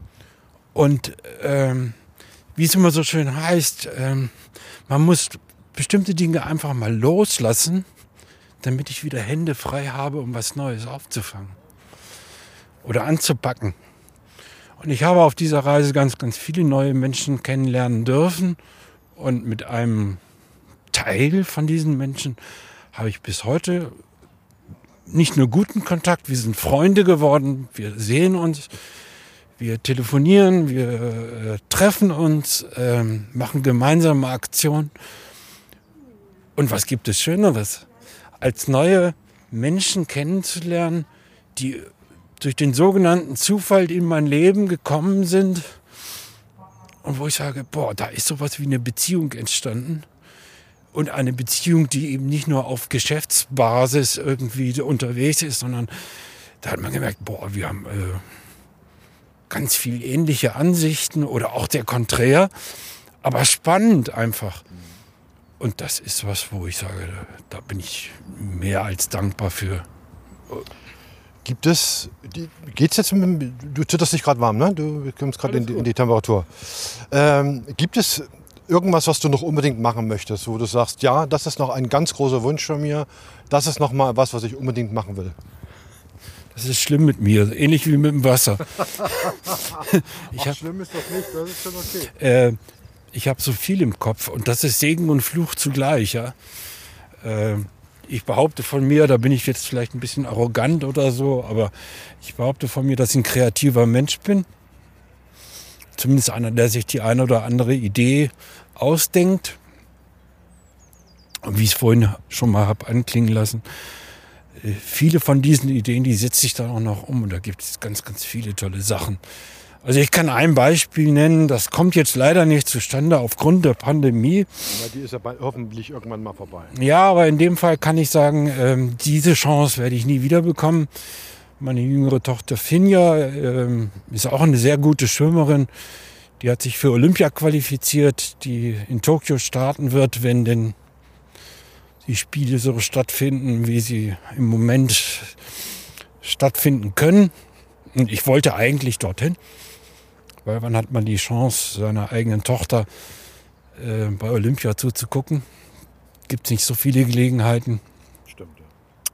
B: Und wie es immer so schön heißt, man muss bestimmte Dinge einfach mal loslassen, damit ich wieder Hände frei habe, um was Neues aufzufangen oder anzupacken. Und ich habe auf dieser Reise ganz, ganz viele neue Menschen kennenlernen dürfen. Und mit einem Teil von diesen Menschen habe ich bis heute nicht nur guten Kontakt, wir sind Freunde geworden, wir sehen uns, wir telefonieren, wir treffen uns, machen gemeinsame Aktionen. Und was gibt es Schöneres, als neue Menschen kennenzulernen, die durch den sogenannten Zufall in mein Leben gekommen sind und wo ich sage, boah, da ist sowas wie eine Beziehung entstanden. Und eine Beziehung, die eben nicht nur auf Geschäftsbasis irgendwie unterwegs ist, sondern da hat man gemerkt, boah, wir haben ganz viel ähnliche Ansichten oder auch der Konträr, aber spannend einfach. Und das ist was, wo ich sage, da bin ich mehr als dankbar für.
A: Geht's jetzt, du zitterst dich gerade warm, ne? Du kommst gerade in die Temperatur. Gibt es irgendwas, was du noch unbedingt machen möchtest, wo du sagst, ja, das ist noch ein ganz großer Wunsch von mir, das ist noch mal was ich unbedingt machen will?
B: Das ist schlimm mit mir, ähnlich wie mit dem Wasser.
A: Schlimm ist das nicht, das ist schon okay.
B: Ich habe so viel im Kopf und das ist Segen und Fluch zugleich. Ja? Ich behaupte von mir, da bin ich jetzt vielleicht ein bisschen arrogant oder so, aber ich behaupte von mir, dass ich ein kreativer Mensch bin. Zumindest einer, der sich die eine oder andere Idee ausdenkt. Und wie ich es vorhin schon mal habe anklingen lassen, viele von diesen Ideen, die setze ich dann auch noch um und da gibt es ganz, ganz viele tolle Sachen. Also ich kann ein Beispiel nennen, das kommt jetzt leider nicht zustande aufgrund der Pandemie.
A: Aber die ist ja hoffentlich irgendwann mal vorbei.
B: Ja, aber in dem Fall kann ich sagen, diese Chance werde ich nie wieder bekommen. Meine jüngere Tochter Finja ist auch eine sehr gute Schwimmerin. Die hat sich für Olympia qualifiziert, die in Tokio starten wird, wenn denn die Spiele so stattfinden, wie sie im Moment stattfinden können. Und ich wollte eigentlich dorthin, weil wann hat man die Chance, seiner eigenen Tochter bei Olympia zuzugucken? Gibt es nicht so viele Gelegenheiten.
A: Stimmt, ja.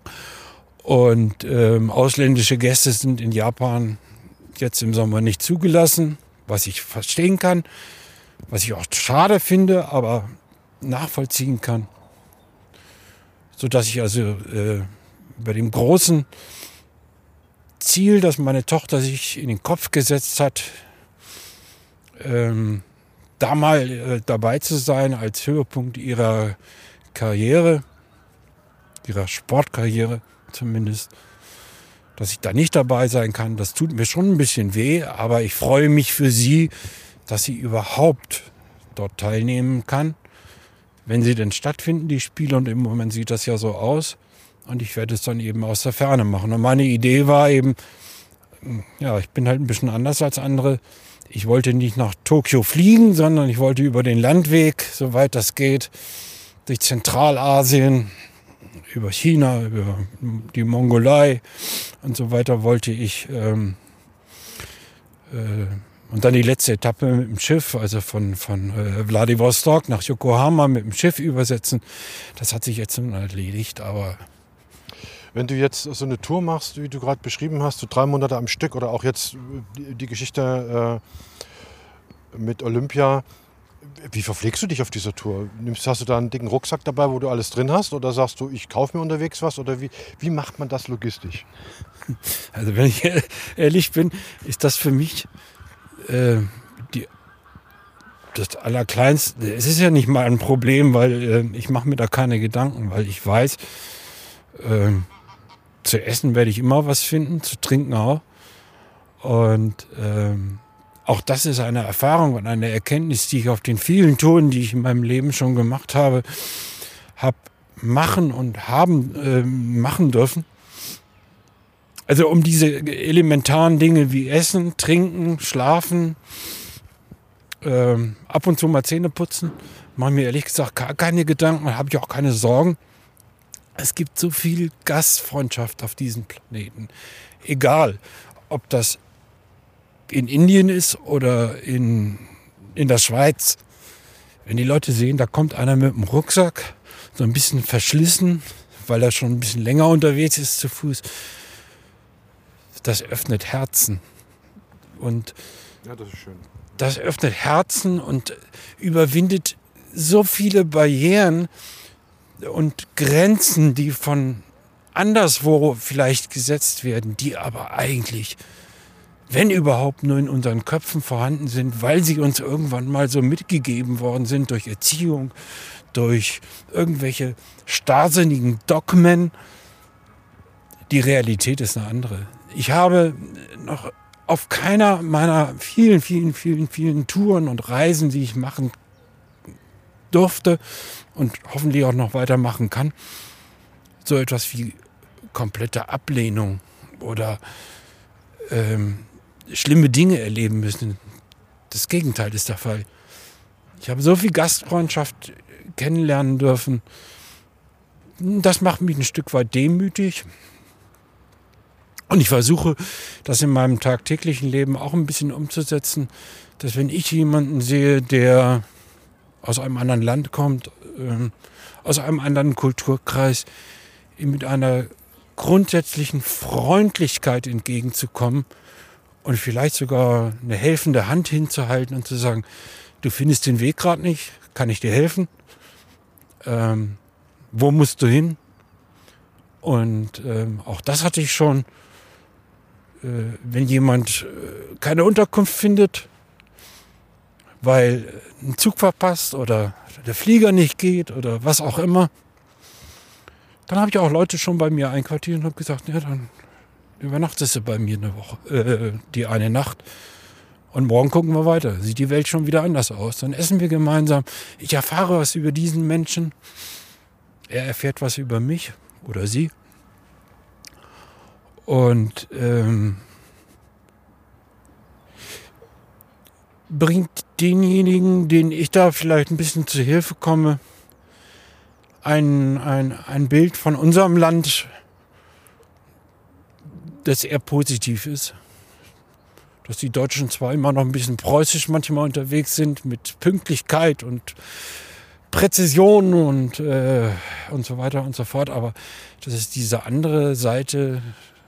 B: Und ausländische Gäste sind in Japan jetzt im Sommer nicht zugelassen, was ich verstehen kann, was ich auch schade finde, aber nachvollziehen kann. Sodass ich also bei dem großen Ziel, das meine Tochter sich in den Kopf gesetzt hat, da mal dabei zu sein als Höhepunkt ihrer Karriere, ihrer Sportkarriere zumindest, dass ich da nicht dabei sein kann, das tut mir schon ein bisschen weh, aber ich freue mich für sie, dass sie überhaupt dort teilnehmen kann, wenn sie denn stattfinden, die Spiele, und im Moment sieht das ja so aus und ich werde es dann eben aus der Ferne machen. Und meine Idee war eben, ja, ich bin halt ein bisschen anders als andere. Ich wollte nicht nach Tokio fliegen, sondern ich wollte über den Landweg, soweit das geht, durch Zentralasien über China, über die Mongolei und so weiter wollte ich. Und dann die letzte Etappe mit dem Schiff, also von Wladiwostok nach Yokohama mit dem Schiff übersetzen. Das hat sich jetzt nun erledigt, aber...
A: Wenn du jetzt so eine Tour machst, wie du gerade beschrieben hast, so 3 Monate am Stück oder auch jetzt die Geschichte mit Olympia, wie verpflegst du dich auf dieser Tour? Hast du da einen dicken Rucksack dabei, wo du alles drin hast? Oder sagst du, ich kaufe mir unterwegs was? Oder wie macht man das logistisch?
B: Also wenn ich ehrlich bin, ist das für mich das Allerkleinste. Es ist ja nicht mal ein Problem, weil ich mache mir da keine Gedanken, weil ich weiß, zu essen werde ich immer was finden, zu trinken auch. Und auch das ist eine Erfahrung und eine Erkenntnis, die ich auf den vielen Touren, die ich in meinem Leben schon gemacht habe, machen dürfen. Also um diese elementaren Dinge wie Essen, Trinken, Schlafen, ab und zu mal Zähne putzen, mache mir ehrlich gesagt gar keine Gedanken, habe ich auch keine Sorgen. Es gibt so viel Gastfreundschaft auf diesem Planeten. Egal, ob das in Indien ist oder in der Schweiz. Wenn die Leute sehen, da kommt einer mit dem Rucksack, so ein bisschen verschlissen, weil er schon ein bisschen länger unterwegs ist zu Fuß, das öffnet Herzen. Und
A: ja, das ist schön.
B: Das öffnet Herzen und überwindet so viele Barrieren und Grenzen, die von anderswo vielleicht gesetzt werden, die aber eigentlich, wenn überhaupt, nur in unseren Köpfen vorhanden sind, weil sie uns irgendwann mal so mitgegeben worden sind durch Erziehung, durch irgendwelche starrsinnigen Dogmen. Die Realität ist eine andere. Ich habe noch auf keiner meiner vielen Touren und Reisen, die ich machen durfte und hoffentlich auch noch weitermachen kann, so etwas wie komplette Ablehnung oder schlimme Dinge erleben müssen. Das Gegenteil ist der Fall. Ich habe so viel Gastfreundschaft kennenlernen dürfen. Das macht mich ein Stück weit demütig. Und ich versuche, das in meinem tagtäglichen Leben auch ein bisschen umzusetzen, dass wenn ich jemanden sehe, der aus einem anderen Land kommt, aus einem anderen Kulturkreis, ihm mit einer grundsätzlichen Freundlichkeit entgegenzukommen und vielleicht sogar eine helfende Hand hinzuhalten und zu sagen, du findest den Weg gerade nicht, kann ich dir helfen? Wo musst du hin? Und auch das hatte ich schon. Wenn jemand keine Unterkunft findet, weil ein Zug verpasst oder der Flieger nicht geht oder was auch immer, dann habe ich auch Leute schon bei mir einquartiert und habe gesagt, ja, dann übernachtest du bei mir die eine Nacht und morgen gucken wir weiter. Sieht die Welt schon wieder anders aus. Dann essen wir gemeinsam. Ich erfahre was über diesen Menschen. Er erfährt was über mich oder sie. Und bringt denjenigen, denen ich da vielleicht ein bisschen zu Hilfe komme, ein Bild von unserem Land, das eher positiv ist. Dass die Deutschen zwar immer noch ein bisschen preußisch manchmal unterwegs sind mit Pünktlichkeit und Präzision und so weiter und so fort, aber dass es diese andere Seite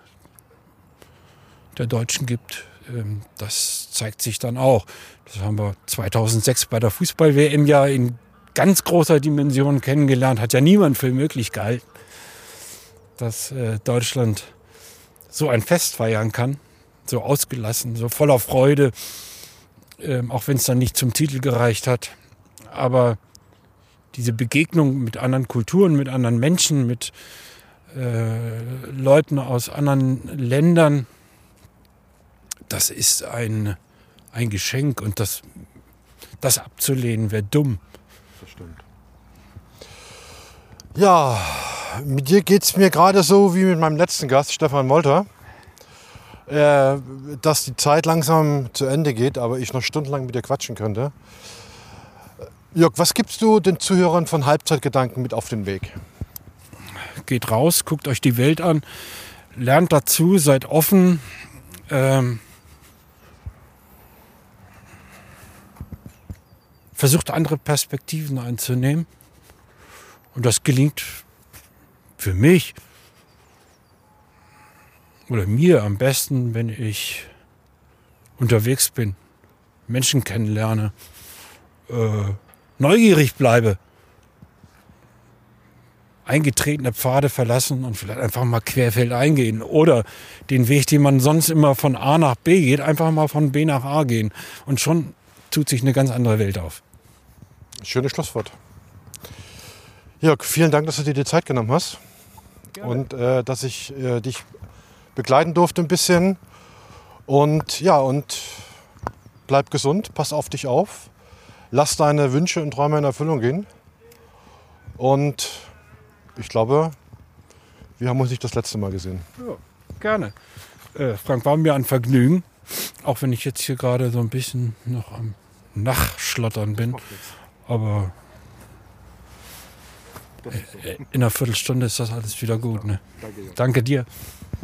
B: der Deutschen gibt, das zeigt sich dann auch. Das haben wir 2006 bei der Fußball-WM ja in ganz großer Dimension kennengelernt. Hat ja niemand für möglich gehalten, dass Deutschland so ein Fest feiern kann, so ausgelassen, so voller Freude, auch wenn es dann nicht zum Titel gereicht hat. Aber diese Begegnung mit anderen Kulturen, mit anderen Menschen, mit Leuten aus anderen Ländern, das ist ein Geschenk und das abzulehnen wäre dumm.
A: Das stimmt. Ja, mit dir geht es mir gerade so wie mit meinem letzten Gast, Stefan Wolter, dass die Zeit langsam zu Ende geht, aber ich noch stundenlang mit dir quatschen könnte. Jörg, was gibst du den Zuhörern von Halbzeitgedanken mit auf den Weg?
B: geht raus, guckt euch die Welt an, lernt dazu, seid offen. Versucht andere Perspektiven einzunehmen. Und das gelingt für mich oder mir am besten, wenn ich unterwegs bin, Menschen kennenlerne, neugierig bleibe, eingetretene Pfade verlassen und vielleicht einfach mal querfeldein gehen oder den Weg, den man sonst immer von A nach B geht, einfach mal von B nach A gehen und schon tut sich eine ganz andere Welt auf.
A: Schönes Schlusswort. Jörg, vielen Dank, dass du dir die Zeit genommen hast. Gerne. Und dass ich dich begleiten durfte ein bisschen. Und ja, und bleib gesund, pass auf dich auf, lass deine Wünsche und Träume in Erfüllung gehen. Und ich glaube, wir haben uns nicht das letzte Mal gesehen.
B: Ja, gerne. Frank, war mir ein Vergnügen, auch wenn ich jetzt hier gerade so ein bisschen noch am Nachschlottern bin. Aber in einer Viertelstunde ist das alles wieder gut. Ne? Danke dir.